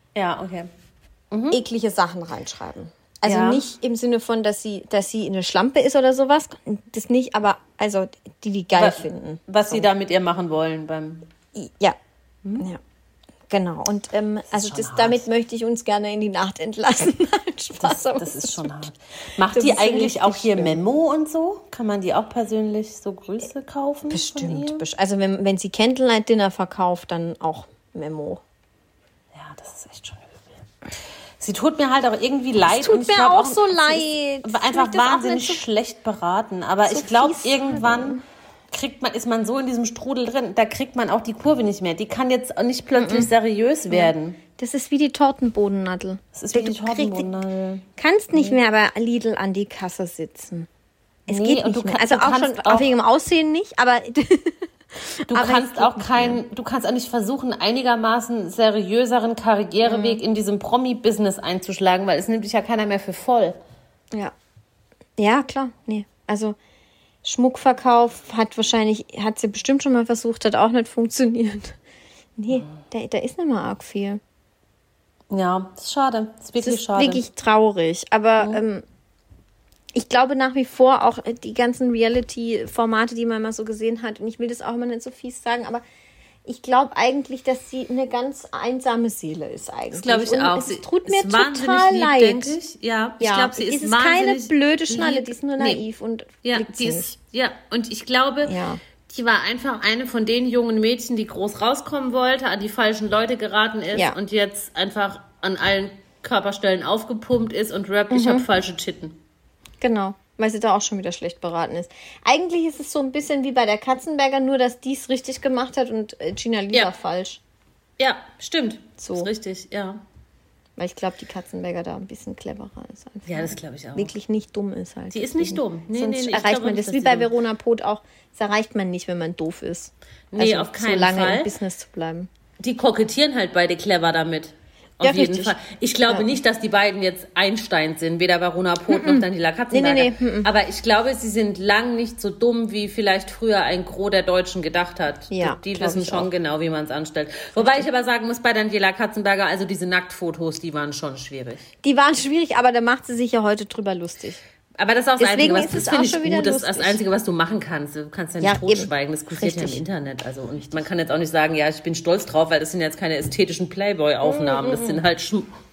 eklige Sachen reinschreiben. Also nicht im Sinne von, dass sie eine Schlampe ist oder sowas. Das nicht, aber also die geil finden. Was sie da mit ihr machen wollen beim... Ja, ja. Genau. Und damit möchte ich uns gerne in die Nacht entlassen. Spaß, das ist schon hart. Macht die eigentlich auch hier Memo und so? Kann man die auch persönlich so Grüße kaufen? Bestimmt. Also wenn sie Candlelight Dinner verkauft, dann auch Memo. Ja, das ist echt schon übel. Sie tut mir halt auch irgendwie leid. Es tut mir auch so leid. Aber einfach wahnsinnig schlecht beraten. Aber ich glaube, irgendwann ist man so in diesem Strudel drin, da kriegt man auch die Kurve nicht mehr. Die kann jetzt nicht plötzlich seriös werden. Das ist wie die Tortenbodennadel. Du kannst nicht mehr bei Lidl an die Kasse sitzen. Es geht nicht mehr. Also auch schon auch wegen dem Aussehen nicht, aber... Du kannst auch nicht versuchen, einigermaßen seriöseren Karriereweg in diesem Promi-Business einzuschlagen, weil es nimmt dich ja keiner mehr für voll. Ja. Ja, klar. Nee. Also Schmuckverkauf hat sie bestimmt schon mal versucht, hat auch nicht funktioniert. Nee, da ist nicht mal arg viel. Ja, das ist schade. Das ist wirklich Es ist schade. wirklich traurig. Aber ich glaube nach wie vor auch die ganzen Reality-Formate, die man mal so gesehen hat, und ich will das auch immer nicht so fies sagen, aber ich glaube eigentlich, dass sie eine ganz einsame Seele ist eigentlich. Das glaube ich und auch. Es tut mir ist wahnsinnig total leid. liebdenklich. Ja, ich glaube, sie ist wahnsinnig keine blöde Schnalle, lieb. die ist nur Nee. naiv und Ja, blickt's die nicht. ist, ja, und ich glaube, Ja. die war einfach eine von den jungen Mädchen, die groß rauskommen wollte, an die falschen Leute geraten ist Ja. und jetzt einfach an allen Körperstellen aufgepumpt ist und rappt, ich habe falsche Titten. Genau, weil sie da auch schon wieder schlecht beraten ist. Eigentlich ist es so ein bisschen wie bei der Katzenberger, nur dass die es richtig gemacht hat und Gina Lisa Ja. falsch. Ja, stimmt. So. Ist richtig, ja. Weil ich glaube, die Katzenberger da ein bisschen cleverer ist. Einfach. Ja, das glaube ich auch. Wirklich nicht dumm ist halt. Die ist nicht dumm. Nee, Sonst nee, ich erreicht glaube man nicht, das. dass Wie die bei dumm ist. Verona Poth auch. Das erreicht man nicht, wenn man doof ist. Nee, auf keinen so lange Fall. im Business zu bleiben. Die kokettieren halt beide clever damit. Auf Ja, jeden richtig. Fall. Ich glaube Ja. nicht, dass die beiden jetzt Einstein sind, weder Verona Poth noch Daniela Katzenberger. Nee. Aber ich glaube, sie sind lang nicht so dumm, wie vielleicht früher ein Gros der Deutschen gedacht hat. Ja, Die glaub wissen ich schon auch. genau, wie man es anstellt. Wobei ich aber sagen muss, bei Daniela Katzenberger, also diese Nacktfotos, die waren schon schwierig. Die waren schwierig, aber da macht sie sich ja heute drüber lustig. Aber das ist auch das Deswegen Einzige, ist es das finde auch ich schon wieder gut. Das ist das lustig. Einzige, was du machen kannst. Du kannst ja nicht Ja, totschweigen. eben. Das kursiert ja im Richtig. Internet. Also, und man kann jetzt auch nicht sagen, ja, ich bin stolz drauf, weil das sind jetzt keine ästhetischen Playboy-Aufnahmen. Das sind halt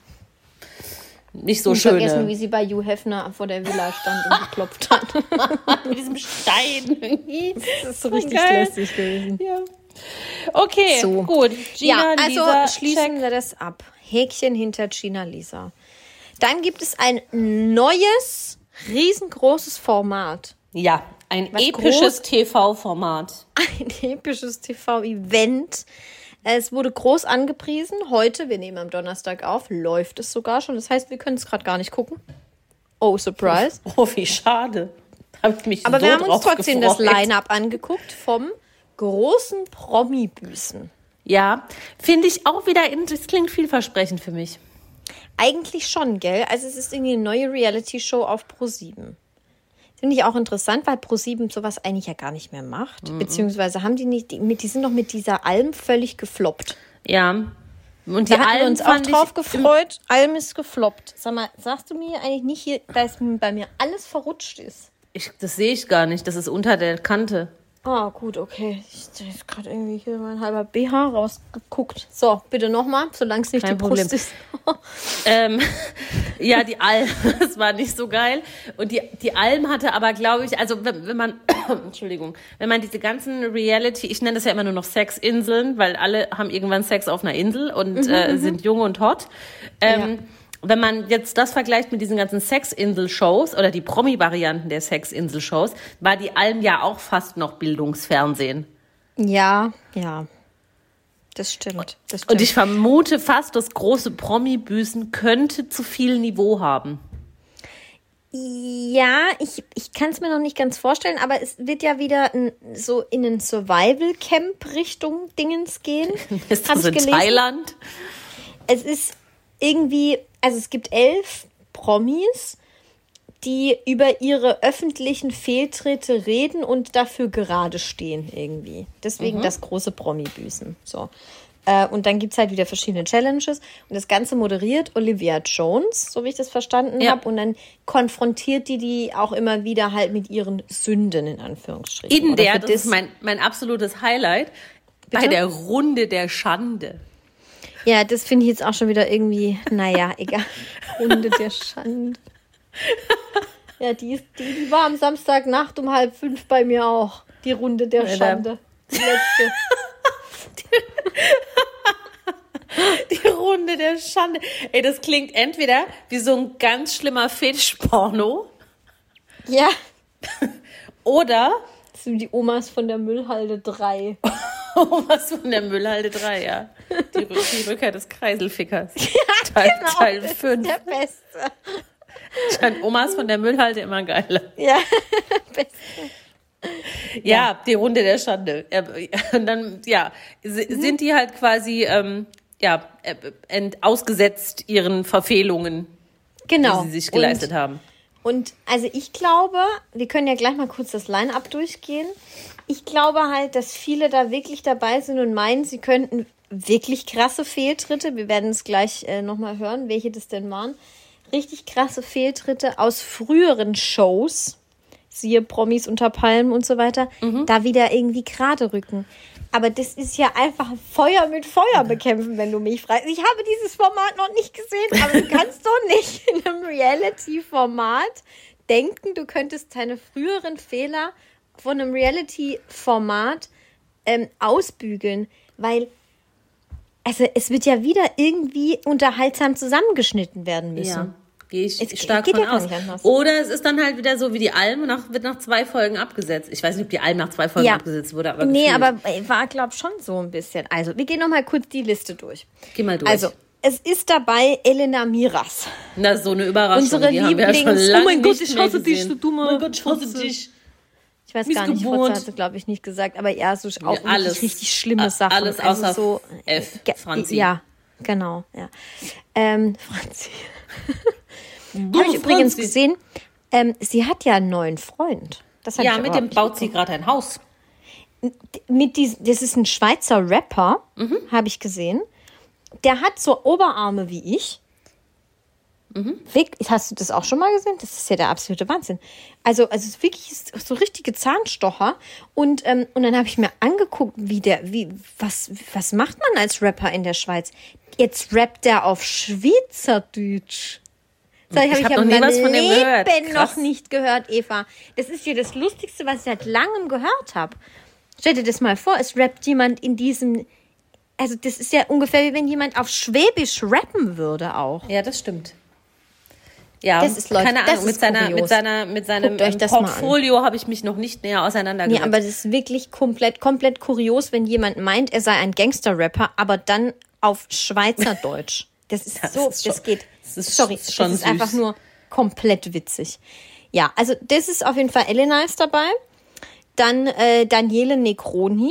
nicht so Und vergessen, schöne. wie sie bei Hugh Hefner vor der Villa stand und geklopft hat. Mit diesem Stein. Das ist so richtig geil. lästig gewesen. Ja. Okay, So. gut. Gina, Ja, also Lisa, schließen wir das ab. Häkchen hinter Gina Lisa. Dann gibt es ein neues, riesengroßes Format. Ja, ein Was episches TV-Format. Ein episches TV-Event. Es wurde groß angepriesen. Heute, wir nehmen am Donnerstag auf, läuft es sogar schon. Das heißt, wir können es gerade gar nicht gucken. Oh, surprise. Oh, wie schade. Hab ich mich Aber so wir haben uns drauf trotzdem das gefreut. Line-Up angeguckt vom großen Promi-Büßen. Ja, finde ich auch wieder, das klingt vielversprechend für mich. Eigentlich schon, gell? Also es ist irgendwie eine neue Reality-Show auf ProSieben. Finde ich auch interessant, weil ProSieben sowas eigentlich ja gar nicht mehr macht. Beziehungsweise haben die nicht, die sind doch mit dieser Alm völlig gefloppt. Ja. Und Da hatten wir uns auch fand drauf ich gefreut. Alm ist gefloppt. Sag mal, sagst du mir eigentlich nicht hier, dass bei mir alles verrutscht ist? Das sehe ich gar nicht. Das ist unter der Kante. Ah, gut, okay. Ich habe jetzt gerade irgendwie hier mein halber BH rausgeguckt. So, bitte nochmal, solange es nicht Kein die Brust Problem. ist. Ja, die Alm, das war nicht so geil. Und die Alm hatte aber, glaube ich, also wenn man, Entschuldigung, wenn man diese ganzen Reality, ich nenne das ja immer nur noch Sexinseln, weil alle haben irgendwann Sex auf einer Insel und sind jung und hot. Wenn man jetzt das vergleicht mit diesen ganzen Sexinsel-Shows oder die Promi-Varianten der Sexinsel-Shows, war die Alm ja auch fast noch Bildungsfernsehen. Ja, ja. Das stimmt. Das stimmt. Und ich vermute fast, das große Promi-Büßen könnte zu viel Niveau haben. Ja, ich kann es mir noch nicht ganz vorstellen, aber es wird ja wieder so in den Survival-Camp-Richtung Dingens gehen. Ist Hab das ich in gelesen. Thailand? Es ist irgendwie, also es gibt 11 Promis, die über ihre öffentlichen Fehltritte reden und dafür gerade stehen irgendwie. Deswegen das große Promi-Büßen. So. Und dann gibt es halt wieder verschiedene Challenges. Und das Ganze moderiert Olivia Jones, so wie ich das verstanden Ja. habe. Und dann konfrontiert die auch immer wieder halt mit ihren Sünden, in Anführungsstrichen. In Oder der, für das ist mein absolutes Highlight, bei Bitte? der Runde der Schande. Ja, das finde ich jetzt auch schon wieder irgendwie, naja, egal. Runde der Schande. Ja, die war am Samstagnacht um 4:30 bei mir auch. Die Runde der Schande. Die letzte. Die Runde der Schande. Ey, das klingt entweder wie so ein ganz schlimmer Fetischporno Ja, oder das sind die Omas von der Müllhalde 3. was von der Müllhalde 3, ja. Die Rückkehr des Kreiselfickers. Teil 5. Der Beste. Ich fand Omas von der Müllhalde immer geiler. Ja, Beste. Ja, die Runde der Schande. Und dann, ja, sind die halt quasi, ausgesetzt ihren Verfehlungen, Genau. die sie sich geleistet haben. Und also ich glaube, wir können ja gleich mal kurz das Line-Up durchgehen. Ich glaube halt, dass viele da wirklich dabei sind und meinen, sie könnten wirklich krasse Fehltritte. Wir werden es gleich nochmal hören, welche das denn waren. Richtig krasse Fehltritte aus früheren Shows, siehe Promis unter Palmen und so weiter, da wieder irgendwie gerade rücken. Aber das ist ja einfach Feuer mit Feuer bekämpfen, wenn du mich fragst. Ich habe dieses Format noch nicht gesehen, aber du kannst doch nicht in einem Reality-Format denken, du könntest deine früheren Fehler von einem Reality-Format ausbügeln, weil also es wird ja wieder irgendwie unterhaltsam zusammengeschnitten werden müssen. Ja, gehe ich stark von aus. Oder es ist dann halt wieder so wie die Alm, wird nach 2 Folgen abgesetzt. Ich weiß nicht, ob die Alm nach 2 Folgen abgesetzt wurde. Aber nee, aber war, glaube ich, schon so ein bisschen. Also, wir gehen noch mal kurz die Liste durch. Geh mal durch. Also, es ist dabei Elena Miras. Na, so eine Überraschung. Unsere die haben wir ja schon lange oh mein Gott, nicht ich mehr hasse dich, gesehen. du dumme Oh mein Gott, ich hasse dich. Ich weiß gar nicht, Fotze hat es, glaube ich, nicht gesagt, aber ja, so auch alles, richtig schlimme Sachen. Alles außer so, F, Franzi. Ja, genau, ja. Franzi. Habe ich übrigens gesehen, sie hat ja einen neuen Freund. Das ja, mit dem baut sie gerade ein Haus. Das ist ein Schweizer Rapper, habe ich gesehen. Der hat so Oberarme wie ich. Hast du das auch schon mal gesehen? Das ist ja der absolute Wahnsinn. Also es ist wirklich so richtige Zahnstocher. Und dann habe ich mir angeguckt, was macht man als Rapper in der Schweiz? Jetzt rappt der auf Schweizerdeutsch. Das habe ich noch nie was von dem gehört. Noch nicht gehört, Eva. Das ist ja das Lustigste, was ich seit langem gehört habe. Stell dir das mal vor, es rappt jemand in diesem... Also das ist ja ungefähr wie wenn jemand auf Schwäbisch rappen würde auch. Ja, das stimmt. Ja, das ist, Leute, keine Ahnung, das mit seinem Portfolio habe ich mich noch nicht näher auseinandergesetzt. Ja, aber das ist wirklich komplett kurios, wenn jemand meint, er sei ein Gangster-Rapper, aber dann auf Schweizerdeutsch. Das ist einfach nur komplett witzig. Ja, also das ist auf jeden Fall, Elena ist dabei. Dann Daniele Negroni.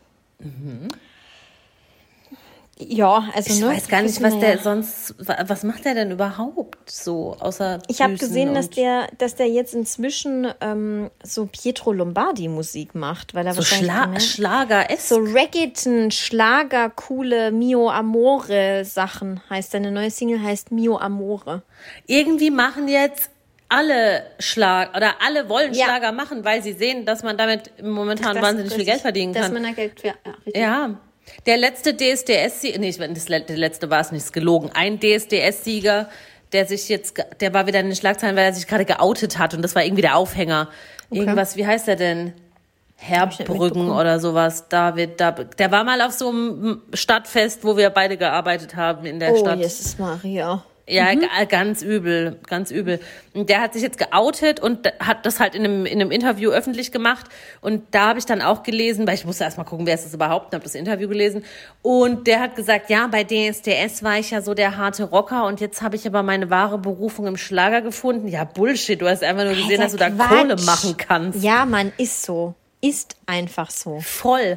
Ja, also ich weiß gar nicht, was macht der denn überhaupt so, außer ich habe gesehen, dass der jetzt inzwischen so Pietro Lombardi Musik macht, weil er so Schlager ist. So Reggaeton, Schlager, coole Mio Amore Sachen heißt. Seine neue Single heißt Mio Amore. Irgendwie machen jetzt alle alle wollen Schlager machen, weil sie sehen, dass man damit momentan wahnsinnig viel Geld verdienen kann. Dass man da Geld richtig. Ja. Der letzte DSDS-Sieger, der letzte war es nicht, ist gelogen. Ein DSDS-Sieger, der war wieder in den Schlagzeilen, weil er sich gerade geoutet hat und das war irgendwie der Aufhänger. Okay. Irgendwas, wie heißt der denn? Herbrücken oder sowas. David, der war mal auf so einem Stadtfest, wo wir beide gearbeitet haben in der Stadt. Oh, Jesus Maria. Ja, ganz übel, ganz übel. Und der hat sich jetzt geoutet und hat das halt in einem Interview öffentlich gemacht. Und da habe ich dann auch gelesen, weil ich musste erst mal gucken, wer ist das überhaupt, und habe das Interview gelesen. Und der hat gesagt, ja, bei DSDS war ich ja so der harte Rocker und jetzt habe ich aber meine wahre Berufung im Schlager gefunden. Ja, Bullshit, du hast einfach nur gesehen, dass du da Kohle machen kannst. Ja, Mann, ist so. Ist einfach so. Voll.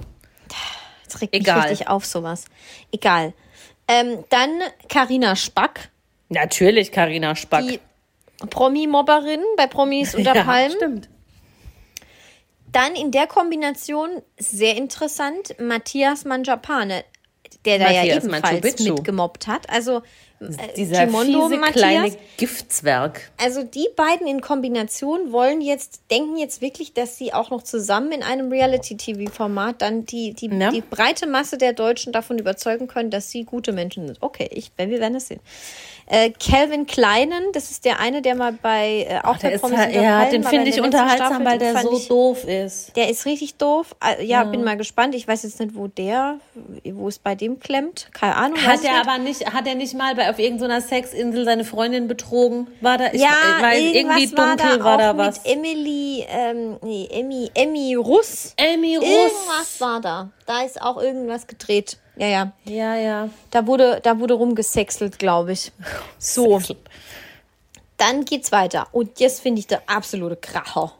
Das regt mich richtig auf, sowas. Egal. Dann Carina Spack. Natürlich Carina Spack. Die Promi-Mobberin bei Promis unter Palmen. Ja, stimmt. Dann in der Kombination, sehr interessant, Matthias Mangiapane, der da ja ebenfalls mitgemobbt hat. Also dieser Gimondo, fiese kleine Giftzwerg. Also die beiden in Kombination denken jetzt wirklich, dass sie auch noch zusammen in einem Reality-TV-Format dann die breite Masse der Deutschen davon überzeugen können, dass sie gute Menschen sind. Okay, wir werden es sehen. Calvin Kleinen, das ist der eine, der mal bei bei Promis unter Palmen, den finde ich unterhaltsam, weil der so doof ist. Der ist richtig doof. Ja, bin mal gespannt. Ich weiß jetzt nicht, wo es bei dem klemmt. Keine Ahnung. Hat er nicht mal auf irgendeiner Sexinsel seine Freundin betrogen? War da? Irgendwie dunkel war da was. Mit Emmy Russ. Irgendwas war da. Da ist auch irgendwas gedreht. Ja. Ja. Da wurde rumgesexelt, glaube ich. So. Dann geht's weiter. Und jetzt finde ich der absolute Kracher.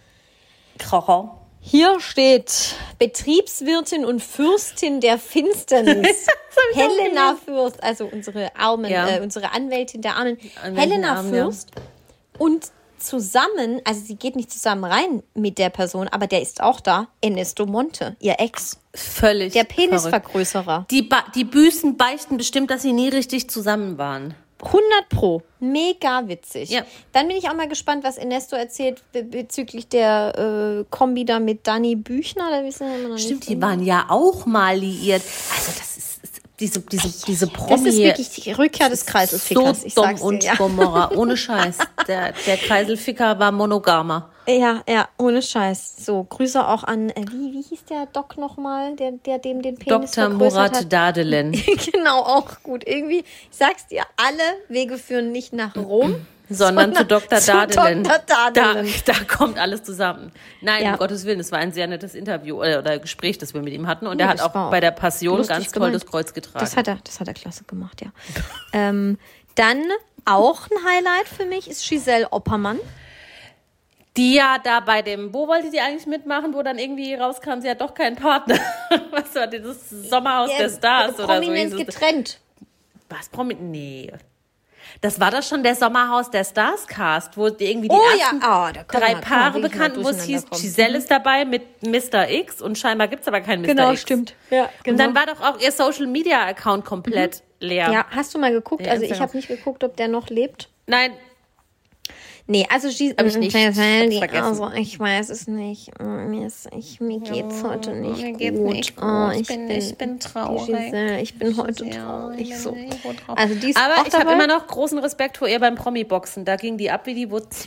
Hier steht Betriebswirtin und Fürstin der Finsternis. Helena Fürst, also unsere Anwältin der Armen. Helena Fürst. Und zusammen, also sie geht nicht zusammen rein mit der Person, aber der ist auch da, Ernesto Monte, ihr Ex. Völlig der Penisvergrößerer. Die Büßen beichten bestimmt, dass sie nie richtig zusammen waren. 100%. Mega witzig. Ja. Dann bin ich auch mal gespannt, was Ernesto erzählt bezüglich der Kombi da mit Dani Büchner. Da wissen wir immer noch Stimmt, nicht. die waren ja auch mal liiert. Also das ist diese Promi. Das ist wirklich die Rückkehr des Kreiselfickers. So ich dumm sag's dir, und ja. Gomorra. Ohne Scheiß. Der Kreiselficker war monogamer. Ja, ohne Scheiß. So, Grüße auch an, wie hieß der Doc nochmal, der dem den Penis Dr. vergrößert Murat hat? Dadelen. Genau, auch gut. Irgendwie, ich sag's dir, alle Wege führen nicht nach Rom, sondern zu Dr. Dadelen. Dr. Dadelen. Da kommt alles zusammen. Nein, Ja. um Gottes Willen, es war ein sehr nettes Interview oder Gespräch, das wir mit ihm hatten. Und Ja, er hat das auch war bei der Passion lustig ganz toll gemeint. das Kreuz getragen. Das hat er klasse gemacht, ja. Dann auch ein Highlight für mich ist Giselle Oppermann. Die ja da bei dem, wo wollte die eigentlich mitmachen, wo dann irgendwie rauskam, sie hat doch keinen Partner. Was war dieses Sommerhaus der Stars oder so? Prominent hieß es. getrennt. Was? Nee. Das war doch schon der Sommerhaus der Stars Cast, wo irgendwie die Oh ersten ja, da kann 3 man Paare wirklich mal bekannt, wo es hieß, durcheinander kommen. Giselle ist dabei mit Mr. X und scheinbar gibt es aber keinen Mr. Genau, X. stimmt. Ja, genau. Und dann war doch auch ihr Social Media Account komplett leer. Ja, hast du mal geguckt? Ja, Also ich Instagram. habe nicht geguckt, ob der noch lebt. Nein, Nee, also Hab ich nicht. Hab's vergessen. also ich weiß es nicht. Mir geht's heute nicht mir gut. geht's nicht gut. Oh, Ich bin traurig. Giselle, ich bin heute traurig. So. Also die ist aber auch ich habe dabei. immer noch großen Respekt vor ihr beim Promi-Boxen. Da ging die ab wie die Wutz.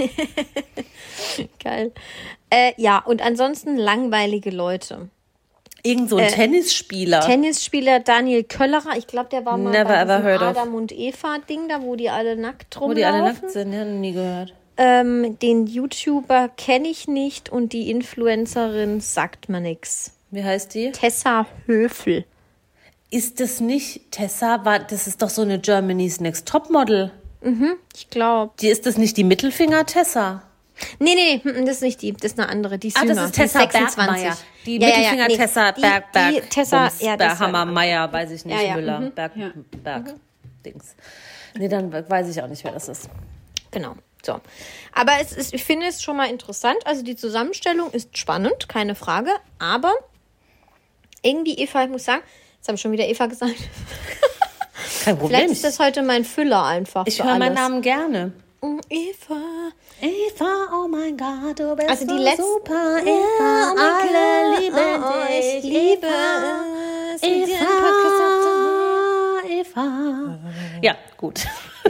Geil. Ja, und ansonsten langweilige Leute. Irgend so ein Tennisspieler. Tennisspieler Daniel Köllerer, ich glaube, der war mal Never bei ever diesem heard of. Adam und Eva-Ding da, wo die alle nackt Wo rumlaufen. die alle nackt sind, ja, noch nie gehört. Den YouTuber kenne ich nicht und die Influencerin sagt mir nix. Wie heißt die? Tessa Höfel. Ist das nicht Tessa? Das ist doch so eine Germany's Next Topmodel. Ich glaube. Ist das nicht die Mittelfinger Tessa? Nee, das ist nicht die. Das ist eine andere. Die ist Ah, jünger. das ist Die Tessa 26. Bergmeier. Die Ja, Mittelfinger nee, Tessa die Berg, Tessa, Bums, ja, das Hammer, war- Meier, weiß ich nicht, Ja, ja, Müller, mhm. Berg, Dings. Nee, dann weiß ich auch nicht, wer das ist. Genau. So. Aber ich finde es schon mal interessant. Also die Zusammenstellung ist spannend, keine Frage. Aber irgendwie, Eva, ich muss sagen, jetzt habe ich schon wieder Eva gesagt. Kein Problem. Vielleicht ist das heute mein Füller einfach. Ich für höre meinen alles. Namen gerne. Eva. Eva, oh mein Gott, du bist Also die so letzten- super. Ja, Eva, oh mein alle Gott, lieben oh, dich. ich liebe es, mit dir einen Podcast Eva. Ja, gut.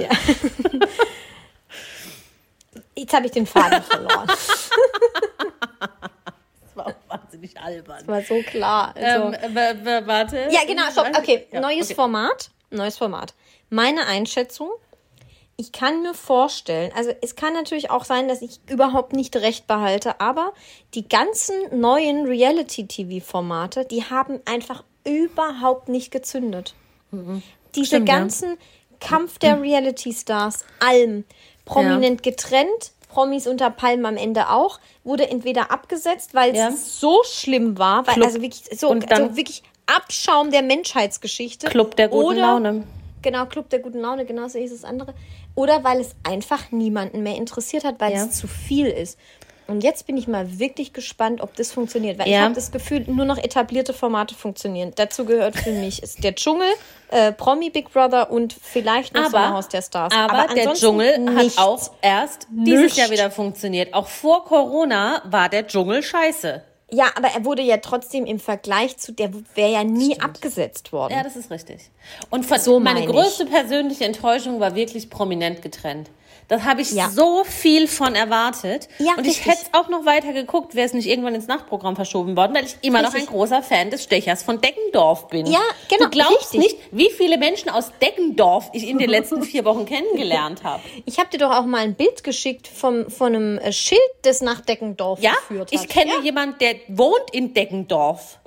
Jetzt habe ich den Faden verloren. Das war auch wahnsinnig albern. War so klar. Also. Warte. Ja, genau, stopp. Okay, Ja, neues okay. Format. Meine Einschätzung, ich kann mir vorstellen, also es kann natürlich auch sein, dass ich überhaupt nicht recht behalte, aber die ganzen neuen Reality-TV-Formate, die haben einfach überhaupt nicht gezündet. Diese Stimmt, ja. ganzen Kampf der Reality-Stars, Alm, prominent getrennt, Promis unter Palmen am Ende auch, wurde entweder abgesetzt, weil Ja. es so schlimm war, weil Club. also wirklich so, Und dann- also wirklich Abschaum der Menschheitsgeschichte. Club der guten Oder- Laune. Genau, Club der guten Laune, genau so ist das andere. Oder weil es einfach niemanden mehr interessiert hat, weil Ja. es zu viel ist. Und jetzt bin ich mal wirklich gespannt, ob das funktioniert. Weil ich Ja. habe das Gefühl, nur noch etablierte Formate funktionieren. Dazu gehört für mich ist der Dschungel, Promi Big Brother und vielleicht noch Sommerhaus der Stars. Aber der ansonsten Dschungel nichts. hat auch erst dieses Nichts. Jahr wieder funktioniert. Auch vor Corona war der Dschungel scheiße. Ja, aber er wurde ja trotzdem im Vergleich zu, der wäre ja nie abgesetzt worden. Ja, das ist richtig. Und So meine meine größte persönliche Enttäuschung war wirklich prominent getrennt. Das habe ich Ja. so viel von erwartet. Ja, und ich richtig. hätte es auch noch weiter geguckt, wäre es nicht irgendwann ins Nachtprogramm verschoben worden, weil ich immer noch ein Richtig. großer Fan des Stechers von Deggendorf bin. Ja, genau, Du glaubst richtig. nicht, wie viele Menschen aus Deggendorf ich in den letzten 4 Wochen kennengelernt habe. Ich habe dir doch auch mal ein Bild geschickt von einem Schild, das nach Deckendorf Ja, geführt hat. ich kenne jemanden, der wohnt in Deggendorf.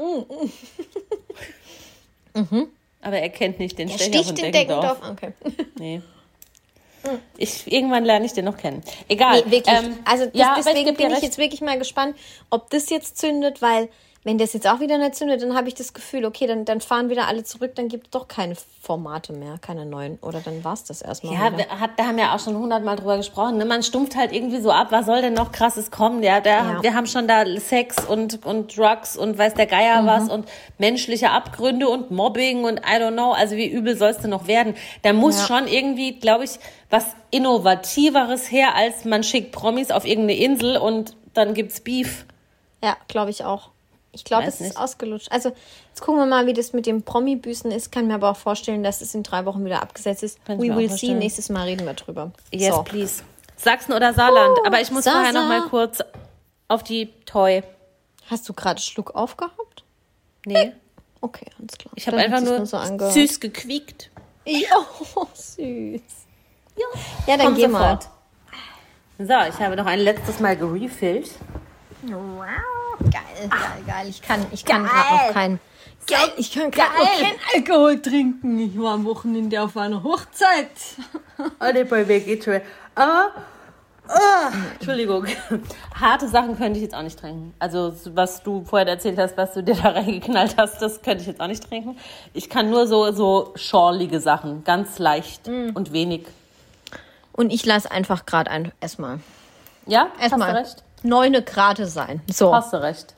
Aber er kennt nicht den Der Stecher von sticht in Deggendorf. Deckendorf. Okay. Nee. Irgendwann lerne ich den noch kennen. Egal. Nee, wirklich. Ja, aber Deswegen geb dir bin ich recht. jetzt wirklich mal gespannt, ob das jetzt zündet, weil wenn das jetzt auch wieder nicht zündet, dann habe ich das Gefühl, okay, dann fahren wieder alle zurück, dann gibt es doch keine Formate mehr, keine neuen. Oder dann war es das erstmal Ja, wieder. da haben wir auch schon 100-mal drüber gesprochen. Ne? Man stumpft halt irgendwie so ab, was soll denn noch Krasses kommen? Ja, wir haben schon da Sex und Drugs und weiß der Geier was und menschliche Abgründe und Mobbing und I don't know. Also wie übel soll es denn noch werden? Da muss schon irgendwie, glaube ich, was Innovativeres her, als man schickt Promis auf irgendeine Insel und dann gibt's Beef. Ja, glaube ich auch. Ich glaube, es ist ausgelutscht. Also, jetzt gucken wir mal, wie das mit dem Promi-Büßen ist. Kann mir aber auch vorstellen, dass es in 3 Wochen wieder abgesetzt ist. We will see. Nächstes Mal reden wir drüber. Yes, please. Sachsen oder Saarland. Aber ich muss vorher noch mal kurz auf die Toy. Hast du gerade Schluck aufgehabt? Nee. Okay, alles klar. Ich habe einfach nur süß gequiekt. Oh, süß. Ja, dann geh mal. So, ich habe noch ein letztes Mal gerefillt. Wow. Geil. Ich kann gerade noch keinen. Geil, ich kann gerade noch keinen Alkohol trinken. Ich war am Wochenende auf einer Hochzeit. Bei mir geht's schon. Aber, Entschuldigung. Harte Sachen könnte ich jetzt auch nicht trinken. Also, was du vorher erzählt hast, was du dir da reingeknallt hast, das könnte ich jetzt auch nicht trinken. Ich kann nur so schorlige Sachen, ganz leicht und wenig. Und ich lasse einfach gerade erstmal. Ja, erstmal hast du recht. 9 Grad sein. So. Hast du recht.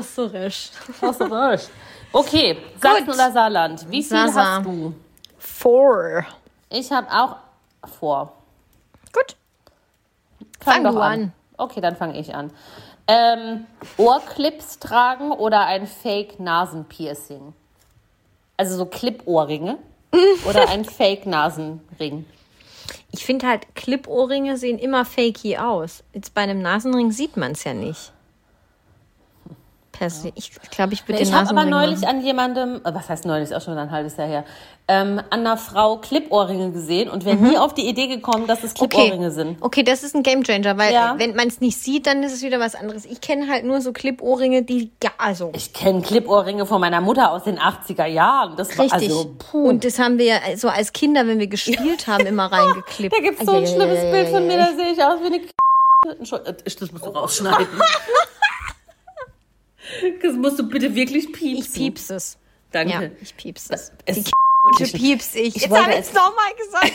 Hast Okay, Sachsen oder Saarland? Wie viel hast du? 4. Ich habe auch 4. Gut. Fang du an. Okay, dann fange ich an. Ohrclips tragen oder ein Fake-Nasenpiercing? Also so Clip-Ohrringe oder ein Fake-Nasenring? Ich finde halt, Clip-Ohrringe sehen immer fakey aus. Jetzt bei einem Nasenring sieht man es ja nicht. Ich glaube, ich würde den Nasenring Ich habe aber neulich machen. an jemandem, was heißt neulich, auch schon ein halbes Jahr her, an einer Frau Clip-Ohrringe gesehen und wäre nie auf die Idee gekommen, dass es Clip-Ohrringe sind. Okay, das ist ein Gamechanger, weil wenn man es nicht sieht, dann ist es wieder was anderes. Ich kenne halt nur so Clip-Ohrringe, Ich kenne Clip-Ohrringe von meiner Mutter aus den 80er Jahren. Das war richtig. Und das haben wir ja so als Kinder, wenn wir gespielt haben, immer reingeklippt. Da gibt es so ein schlimmes Bild von mir, da sehe ich aus wie eine das musst du rausschneiden. Das musst du bitte wirklich piepsen. Ich piepse es. Danke. Ja, ich piepse es. Die piepse ich. Jetzt habe ich es nochmal gesagt.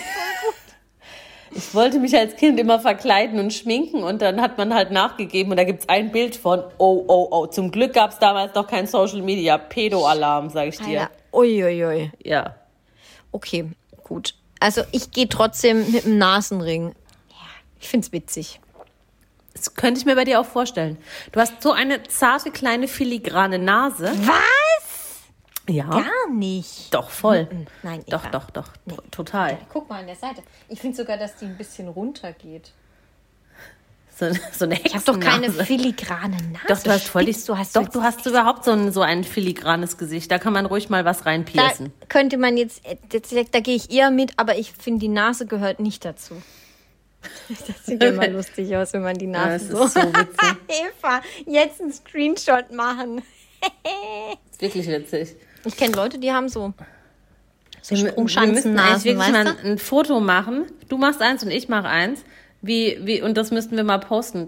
Ich wollte mich als Kind immer verkleiden und schminken und dann hat man halt nachgegeben und da gibt es ein Bild von oh. Zum Glück gab es damals noch kein Social Media. Pedo-Alarm, sag ich dir. Alter. Uiuiui. Ja. Okay, gut. Also ich gehe trotzdem mit dem Nasenring. Ja, ich finde es witzig. Das könnte ich mir bei dir auch vorstellen. Du hast so eine zarte, kleine, filigrane Nase. Was? Ja. Gar nicht. Doch, voll. Nein, Doch. Nee. Total. Guck mal an der Seite. Ich finde sogar, dass die ein bisschen runtergeht. So eine Hexennase. Ich habe doch keine filigrane Nase. Doch, du hast voll du hast überhaupt so ein filigranes Gesicht. Da kann man ruhig mal was reinpiercen. Da könnte man jetzt, da gehe ich eher mit, aber ich finde, die Nase gehört nicht dazu. Das sieht immer lustig aus, wenn man die Nase das ist so witzig. Eva, jetzt einen Screenshot machen. Das ist wirklich witzig. Ich kenne Leute, die haben so Wir müssen eigentlich wirklich mal ein Foto machen. Du machst eins und ich mache eins. Und das müssten wir mal posten,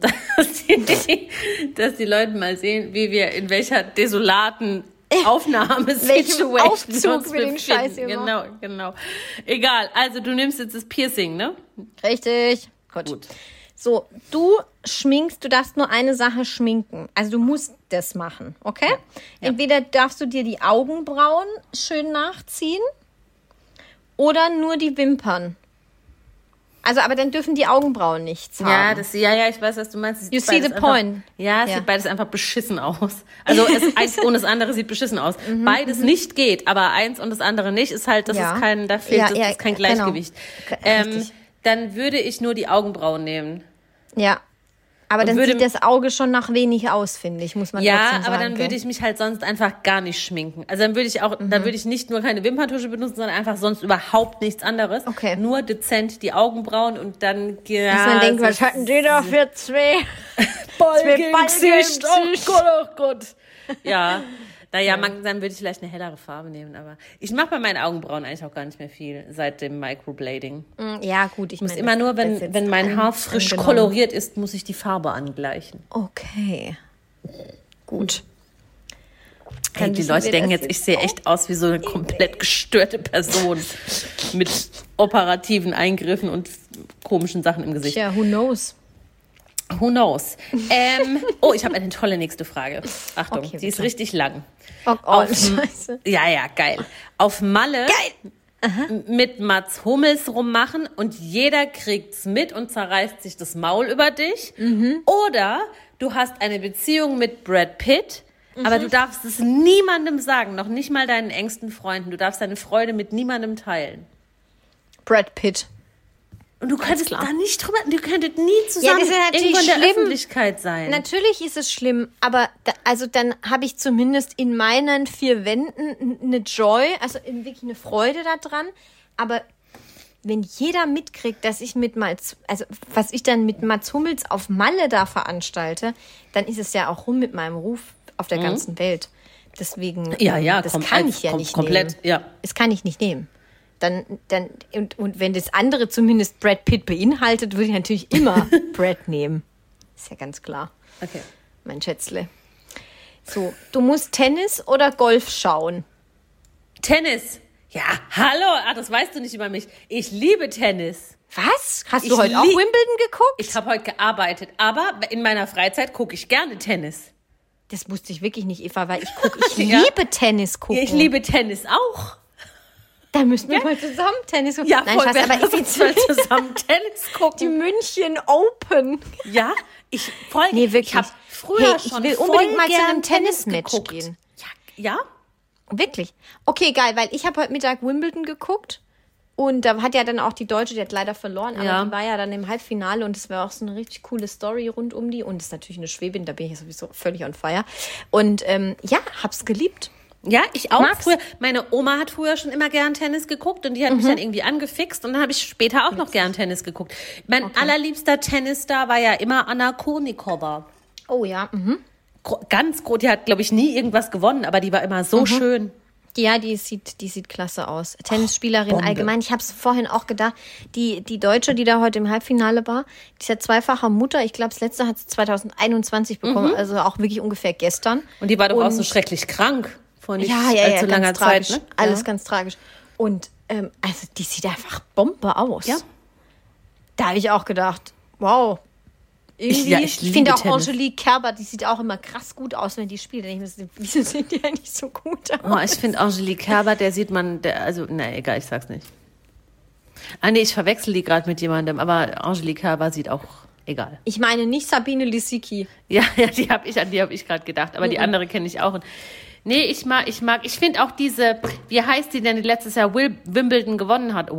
dass die Leute mal sehen, wie wir in welcher desolaten Aufnahmesituation Aufzug wir den Scheiß hier Genau. Egal, also du nimmst jetzt das Piercing, ne? Richtig. Gut. So, du darfst nur eine Sache schminken. Also du musst das machen, okay? Ja. Entweder darfst du dir die Augenbrauen schön nachziehen oder nur die Wimpern. Also, aber dann dürfen die Augenbrauen nichts haben. Ja, ich weiß, was du meinst. You see the point. Sieht beides einfach beschissen aus. Also, eins ohne das andere sieht beschissen aus. Beides nicht geht, aber eins und das andere nicht, ist halt, das ist kein Gleichgewicht. Genau. Dann würde ich nur die Augenbrauen nehmen. Ja. Aber dann sieht das Auge schon nach wenig aus, finde ich, muss man trotzdem sagen. Ja, aber dann würde ich mich halt sonst einfach gar nicht schminken. Also dann würde ich nicht nur keine Wimperntusche benutzen, sondern einfach sonst überhaupt nichts anderes. Okay. Nur dezent die Augenbrauen und dann... Dass man denkt, was hatten die da für zwei Balgengesicht? Oh Gott. Ja, dann würde ich vielleicht eine hellere Farbe nehmen, aber ich mache bei meinen Augenbrauen eigentlich auch gar nicht mehr viel seit dem Microblading. Ja, gut, ich muss immer nur, wenn mein Haar frisch koloriert ist, muss ich die Farbe angleichen. Okay. Gut. Hey, die Leute denken jetzt, ich sehe echt aus wie so eine komplett gestörte Person mit operativen Eingriffen und komischen Sachen im Gesicht. Tja, who knows? Who knows? Ich habe eine tolle nächste Frage. Achtung, Okay, die ist bitte. richtig lang. Scheiße. Ja, geil. Auf Malle mit Mats Hummels rummachen und jeder kriegt's mit und zerreißt sich das Maul über dich. Oder du hast eine Beziehung mit Brad Pitt, aber du darfst es niemandem sagen, noch nicht mal deinen engsten Freunden. Du darfst deine Freude mit niemandem teilen. Brad Pitt. Und du könntest da nicht drüber, du könntet nie zusammen das ist ja natürlich irgendwo in der schlimm. Öffentlichkeit sein. Natürlich ist es schlimm, aber dann habe ich zumindest in meinen 4 Wänden eine Joy, also wirklich eine Freude daran. Aber wenn jeder mitkriegt, dass ich was ich dann mit Mats Hummels auf Malle da veranstalte, dann ist es ja auch rum mit meinem Ruf auf der ganzen Welt. Deswegen, das kann ich ja nicht komplett, nehmen. ja. Das kann ich nicht nehmen. Und wenn das andere zumindest Brad Pitt beinhaltet, würde ich natürlich immer Brad nehmen. Ist ja ganz klar. Okay. Mein Schätzle. So, du musst Tennis oder Golf schauen. Tennis. Ja, hallo. Das weißt du nicht über mich. Ich liebe Tennis. Was? Hast du heute auch Wimbledon geguckt? Ich habe heute gearbeitet, aber in meiner Freizeit gucke ich gerne Tennis. Das wusste ich wirklich nicht, Eva, weil ich liebe Tennis gucken. Ich liebe Tennis auch. Da müssen wir mal zusammen Tennis gucken. Ja, Nein, voll, Spaß, aber lass uns mal zusammen Tennis gucken. die München Open. Ja, Nee, wirklich. Ich habe früher ich schon will voll unbedingt mal zu gern einem Tennismatch geguckt. gehen. Ja? Wirklich? Okay, geil, weil ich habe heute Mittag Wimbledon geguckt und da hat ja dann auch die Deutsche, die hat leider verloren, aber die war ja dann im Halbfinale und es war auch so eine richtig coole Story rund um die und es ist natürlich eine Schwäbin, da bin ich sowieso völlig on fire und hab's geliebt. Ja, ich auch. Mag's. Früher, meine Oma hat früher schon immer gern Tennis geguckt und die hat mich dann irgendwie angefixt und dann habe ich später auch noch gern Tennis geguckt. Mein allerliebster Tennisstar war ja immer Anna Kournikova. Oh ja, Ganz groß, die hat, glaube ich, nie irgendwas gewonnen, aber die war immer so schön. Ja, die sieht klasse aus. Tennisspielerin Bombe. allgemein. Ich habe es vorhin auch gedacht, die Deutsche, die da heute im Halbfinale war, die ist ja zweifacher Mutter. Ich glaube, das letzte hat sie 2021 bekommen, also auch wirklich ungefähr gestern. Und die war doch auch so schrecklich krank vor nicht Ja, allzu langer ganz Zeit. tragisch. Ne? Alles ganz tragisch. Und also die sieht einfach Bombe aus. Ja. Da habe ich auch gedacht, wow. Irgendwie, Ja, ich liebe finde auch Tennis. Angelique Kerber, die sieht auch immer krass gut aus, wenn die spielt. Und ich muss, wieso sieht die eigentlich so gut aus? Oh, ich finde Angelique Kerber, egal, ich sag's nicht. Nee, ich verwechsel die gerade mit jemandem, aber Angelique Kerber sieht auch, egal. Ich meine nicht Sabine Lisicki. Ja, an die habe ich gerade gedacht, aber die andere kenne ich auch. Nee, ich finde auch diese, wie heißt die denn, die letztes Jahr Wimbledon gewonnen hat?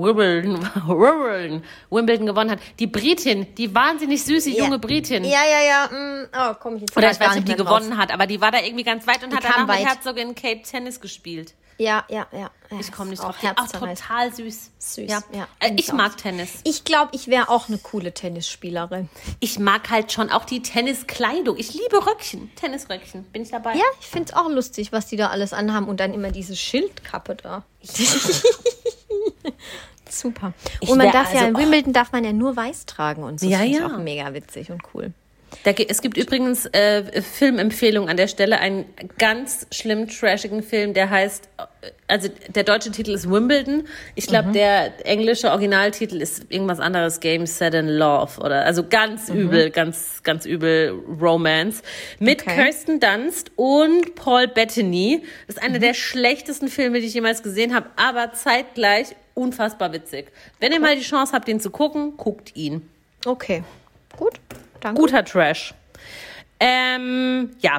Wimbledon gewonnen hat. Die Britin, die wahnsinnig süße junge Britin. Ja. Oh, komm ich jetzt Oder ich gar weiß nicht, ob die mehr drauf. gewonnen hat, aber die war da irgendwie ganz weit und hat kam danach mit weit. Herzogin Kate Tennis gespielt. Ja. Ich komme nicht Auch drauf. Die ist auch herzzerreißend. total süß. Süß, Ja. ja. Ich mag Tennis. Ich glaube, ich wäre auch eine coole Tennisspielerin. Ich mag halt schon auch die Tenniskleidung. Ich liebe Röckchen, Tennisröckchen. Bin ich dabei? Ja, ich finde es auch lustig, was die da alles anhaben und dann immer diese Schildkappe da. Super. Und man darf in Wimbledon darf man ja nur weiß tragen und so. Ja, Das finde ich ja. auch mega witzig und cool. Es gibt übrigens Filmempfehlungen an der Stelle, einen ganz schlimm trashigen Film, der heißt, also der deutsche Titel ist Wimbledon. Ich glaube, der englische Originaltitel ist irgendwas anderes, Games Set in Love oder also ganz übel, ganz übel Romance mit Kirsten Dunst und Paul Bettany. Das ist einer der schlechtesten Filme, die ich jemals gesehen habe, aber zeitgleich unfassbar witzig. Wenn ihr mal die Chance habt, den zu gucken, guckt ihn. Okay, gut. Danke. Guter Trash. Ja.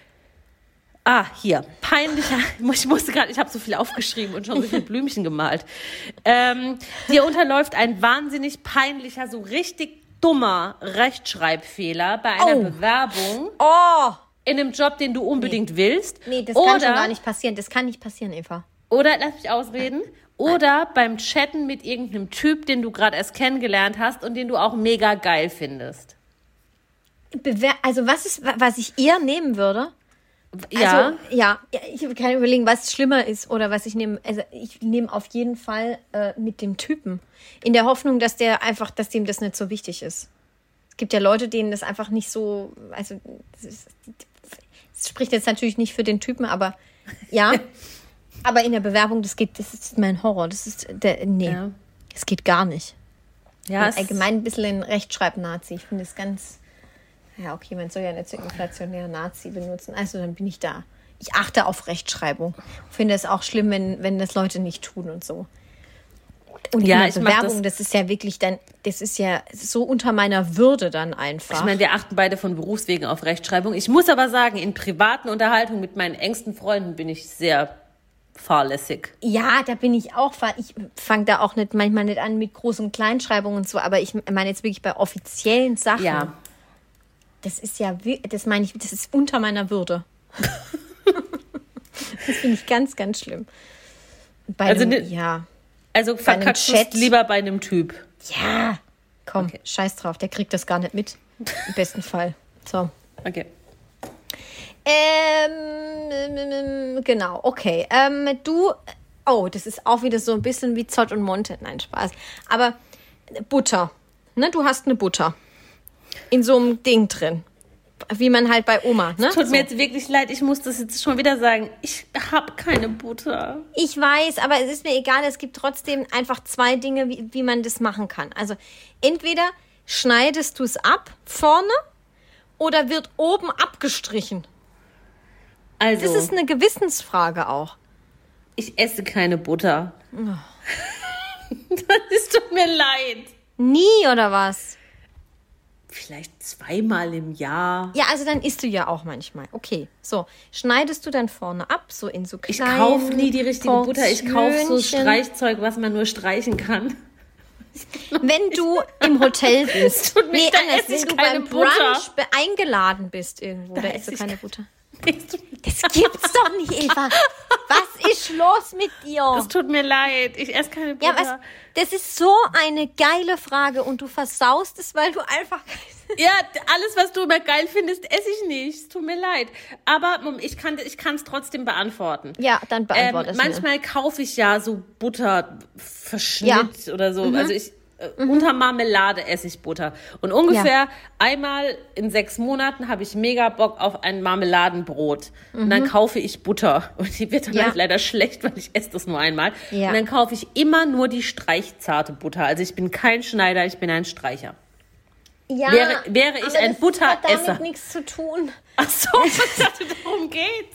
Hier. Peinlicher. Ich habe so viel aufgeschrieben und schon so viele Blümchen gemalt. Dir unterläuft ein wahnsinnig peinlicher, so richtig dummer Rechtschreibfehler bei einer Bewerbung in einem Job, den du unbedingt willst. Nee, das kann schon gar nicht passieren. Das kann nicht passieren, Eva. Oder, lass mich ausreden, oder beim Chatten mit irgendeinem Typ, den du gerade erst kennengelernt hast und den du auch mega geil findest. Also was ich eher nehmen würde? Ja. Also, ich kann überlegen, was schlimmer ist oder was ich nehme. Also ich nehme auf jeden Fall mit dem Typen. In der Hoffnung, dass dem das nicht so wichtig ist. Es gibt ja Leute, denen das einfach nicht so, also das spricht jetzt natürlich nicht für den Typen, aber ja. Aber in der Bewerbung, das ist mein Horror. Das geht gar nicht. Ja, allgemein ein bisschen ein Rechtschreib-Nazi. Ich finde es ganz, ja okay, man soll ja nicht so inflationär Nazi benutzen. Also dann bin ich da. Ich achte auf Rechtschreibung. Finde es auch schlimm, wenn das Leute nicht tun und so. Und ja, in der Bewerbung, das ist ja wirklich dann, das ist ja so unter meiner Würde dann einfach. Ich meine, wir achten beide von Berufswegen auf Rechtschreibung. Ich muss aber sagen, in privaten Unterhaltungen mit meinen engsten Freunden bin ich sehr fahrlässig. Ja, da bin ich auch. Ich fange da auch manchmal nicht an mit Groß- und Kleinschreibung und so, aber ich meine jetzt wirklich bei offiziellen Sachen. Ja. Das ist ja, das meine ich, das ist unter meiner Würde. Das finde ich ganz, ganz schlimm. Also verkackst du lieber bei einem Typ. Ja, komm, okay. Scheiß drauf, der kriegt das gar nicht mit. Im besten Fall. So. Okay. Genau, okay. Das ist auch wieder so ein bisschen wie Zott und Monte. Nein, Spaß. Aber Butter. Ne, du hast eine Butter. In so einem Ding drin. Wie man halt bei Oma, ne? Tut mir jetzt wirklich leid, ich muss das jetzt schon wieder sagen. Ich habe keine Butter. Ich weiß, aber es ist mir egal. Es gibt trotzdem einfach 2 Dinge, wie man das machen kann. Also entweder schneidest du es ab vorne oder wird oben abgestrichen. Also, das ist eine Gewissensfrage auch. Ich esse keine Butter. Oh. Es tut mir leid. Nie oder was? Vielleicht 2-mal im Jahr. Ja, also dann isst du ja auch manchmal. Okay, so. Schneidest du dann vorne ab, so in so kleinen Ich kaufe nie die richtige Butter. Ich kaufe so Streichzeug, was man nur streichen kann. Wenn du im Hotel bist. Wenn du beim Brunch eingeladen bist irgendwo, da isst du keine Butter. Das gibt's doch nicht, Eva. Was ist los mit dir? Es tut mir leid, ich esse keine Butter. Ja, das ist so eine geile Frage und du versaust es, weil du einfach... Ja, alles, was du immer geil findest, esse ich nicht. Es tut mir leid. Aber ich kann es trotzdem beantworten. Ja, dann beantworte es manchmal kaufe ich ja so Butterverschnitt oder so. Mhm. Also unter Marmelade esse ich Butter. Und ungefähr einmal in 6 Monaten habe ich mega Bock auf ein Marmeladenbrot. Und dann kaufe ich Butter. Und die wird dann halt leider schlecht, weil ich esse das nur einmal. Ja. Und dann kaufe ich immer nur die streichzarte Butter. Also ich bin kein Schneider, ich bin ein Streicher. Ja, wäre ich ein Butteresser. Das hat damit nichts zu tun. Ach so, ich dachte, darum geht's.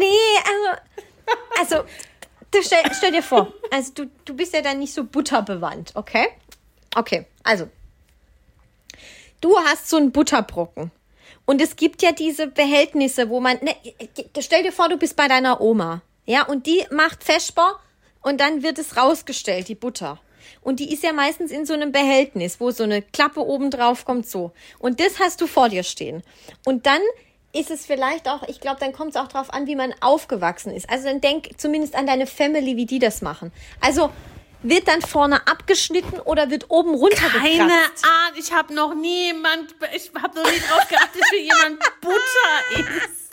Nee, also stell dir vor, also du bist ja dann nicht so butterbewandt, okay? Okay, also, du hast so einen Butterbrocken und es gibt ja diese Behältnisse, wo man, stell dir vor, du bist bei deiner Oma, ja, und die macht Vesper und dann wird es rausgestellt, die Butter. Und die ist ja meistens in so einem Behältnis, wo so eine Klappe oben drauf kommt, so. Und das hast du vor dir stehen. Und dann ist es vielleicht auch, ich glaube, dann kommt es auch drauf an, wie man aufgewachsen ist. Also dann denk zumindest an deine Family, wie die das machen. Also wird dann vorne abgeschnitten oder wird oben runtergekratzt? Keine Ahnung, ich habe noch nie drauf geachtet, wie jemand Butter isst.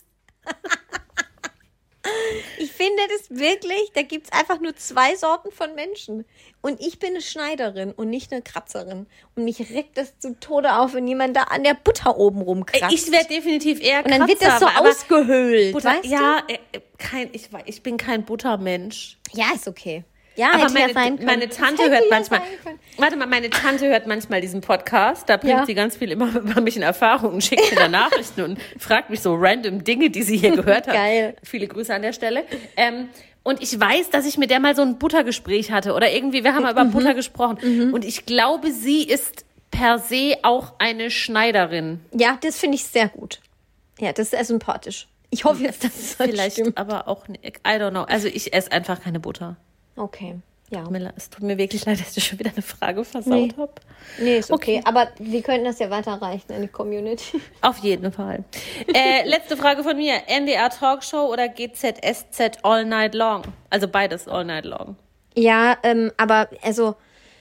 Ich finde das wirklich, da gibt es einfach nur 2 Sorten von Menschen. Und ich bin eine Schneiderin und nicht eine Kratzerin. Und mich regt das zu Tode auf, wenn jemand da an der Butter oben rumkratzt. Ich wäre definitiv eher Kratzer. Und dann wird das so ausgehöhlt, Butter, weißt du? Ich bin kein Buttermensch. Ja, ist okay. Ja, aber meine Tante hört manchmal. Warte mal, meine Tante hört manchmal diesen Podcast. Da bringt sie ganz viel immer über mich in Erfahrung und schickt mir da Nachrichten und fragt mich so random Dinge, die sie hier gehört hat. Geil. Viele Grüße an der Stelle. Und ich weiß, dass ich mit der mal so ein Buttergespräch hatte oder irgendwie, wir haben mal über Butter gesprochen. Und ich glaube, sie ist per se auch eine Schneiderin. Ja, das finde ich sehr gut. Ja, das ist sehr sympathisch. Ich hoffe jetzt, dass es vielleicht stimmt. Aber auch, I don't know. Also ich esse einfach keine Butter. Okay, ja. Es tut mir wirklich leid, dass ich schon wieder eine Frage versaut habe. Nee, ist okay. Aber wir könnten das ja weiterreichen an die Community. Auf jeden Fall. Letzte Frage von mir. NDR Talkshow oder GZSZ All Night Long? Also beides All Night Long. Ja, aber also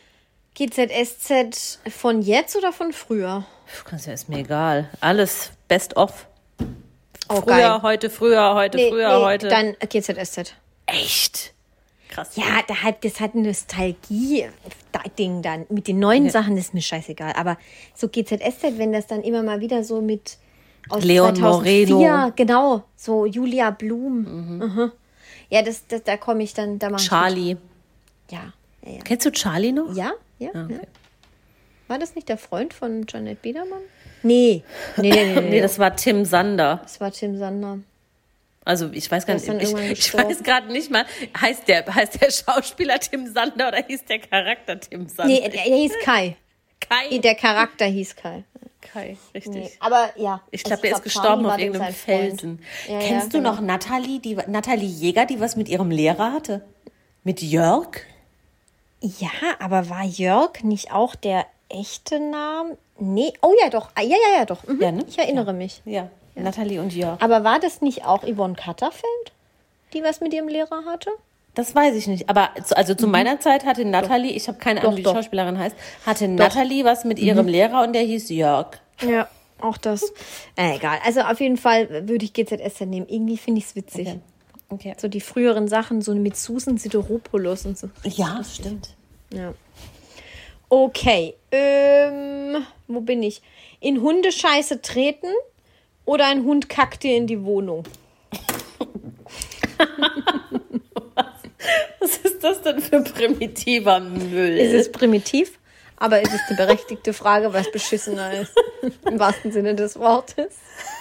GZSZ von jetzt oder von früher? Ist mir egal. Alles best of. Oh, früher, geil. heute, früher, heute, früher, heute. Dann GZSZ. Echt? Krass. Ja, das hat ein Nostalgie-Ding dann. Mit den neuen Sachen ist mir scheißegal. Aber so GZSZ, wenn das dann immer mal wieder so mit aus Leon 2004. Moreno. Genau, so Julia Blum. Mhm. Ja, da komme ich dann. Da mach ich Charlie. Ja. Kennst du Charlie noch? Ja. Okay. Ja. War das nicht der Freund von Janet Biedermann? Nee. Nee, das war Tim Sander. Das war Tim Sander. Also ich weiß gar nicht, Der ist dann irgendwann ich gestorben. weiß gerade nicht mal, heißt der Schauspieler Tim Sander oder hieß der Charakter Tim Sander? Nee, er hieß Kai. Kai. Der Charakter hieß Kai. Kai, richtig. Nee, aber ja. Ich glaube, der ist gestorben auf irgendeinem Felsen. Ja, Kennst du genau. noch Nathalie Jäger, die was mit ihrem Lehrer hatte? Mit Jörg? Ja, aber war Jörg nicht auch der echte Name? Nee, oh ja doch. Ja, doch. Mhm. Ja, ne? Ich erinnere mich. Ja, Nathalie und Jörg. Aber war das nicht auch Yvonne Katterfeld, die was mit ihrem Lehrer hatte? Das weiß ich nicht. Aber zu meiner Zeit hatte Nathalie, ich habe keine Ahnung, wie die Schauspielerin heißt, hatte Nathalie was mit ihrem Lehrer und der hieß Jörg. Ja, auch das. Egal. Also auf jeden Fall würde ich GZS dann nehmen. Irgendwie finde ich es witzig. Okay. So die früheren Sachen, so mit Susan Sideropoulos und so. Ja, stimmt. Ja. Okay. Wo bin ich? In Hundescheiße treten oder ein Hund kackt dir in die Wohnung? Was ist das denn für primitiver Müll? Es ist primitiv, aber es ist eine berechtigte Frage, was beschissener ist. Im wahrsten Sinne des Wortes.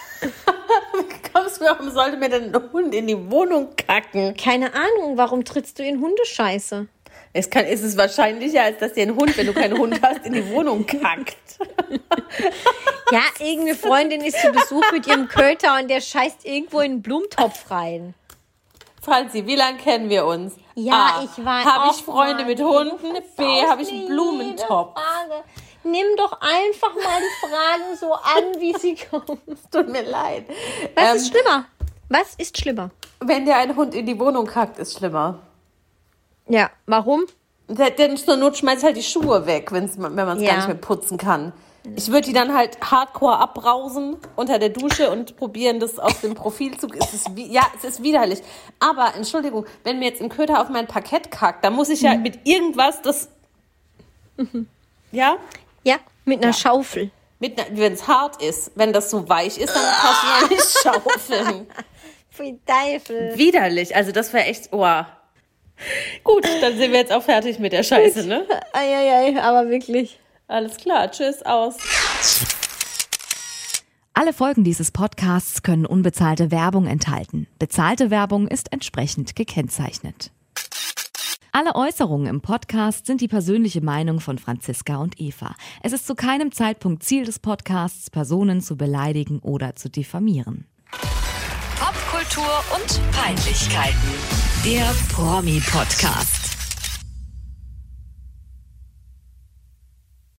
Warum sollte mir denn ein Hund in die Wohnung kacken? Keine Ahnung, warum trittst du in Hundescheiße? Es ist wahrscheinlicher, als dass dir ein Hund, wenn du keinen Hund hast, in die Wohnung kackt. Ja, irgendeine Freundin ist zu Besuch mit ihrem Köter und der scheißt irgendwo in einen Blumentopf rein. Franzi, wie lange kennen wir uns? Ja, A, ich war habe auch ich Freunde mal. mit Hunden? B, habe ich einen Blumentopf? Frage. Nimm doch einfach mal die Fragen so an, wie sie kommen. Tut mir leid. Was ist schlimmer? Was ist schlimmer? Wenn dir ein Hund in die Wohnung kackt, ist schlimmer. Ja, warum? Denn zur Not schmeißt halt die Schuhe weg, wenn man es gar nicht mehr putzen kann. Ich würde die dann halt hardcore abbrausen unter der Dusche und probieren, das aus dem Profil zu... Es ist widerlich. Aber, Entschuldigung, wenn mir jetzt ein Köter auf mein Parkett kackt, dann muss ich ja mit irgendwas das... Ja? Ja, mit einer Schaufel. Wenn es hart ist, wenn das so weich ist, dann kannst du ja nicht schaufeln. Wie Teufel. Widerlich, also das wäre echt... Oh. Gut, dann sind wir jetzt auch fertig mit der Scheiße, ne? Eieiei, aber wirklich. Alles klar, tschüss, aus. Alle Folgen dieses Podcasts können unbezahlte Werbung enthalten. Bezahlte Werbung ist entsprechend gekennzeichnet. Alle Äußerungen im Podcast sind die persönliche Meinung von Franziska und Eva. Es ist zu keinem Zeitpunkt Ziel des Podcasts, Personen zu beleidigen oder zu diffamieren. Popkultur und Peinlichkeiten. Der Promi-Podcast.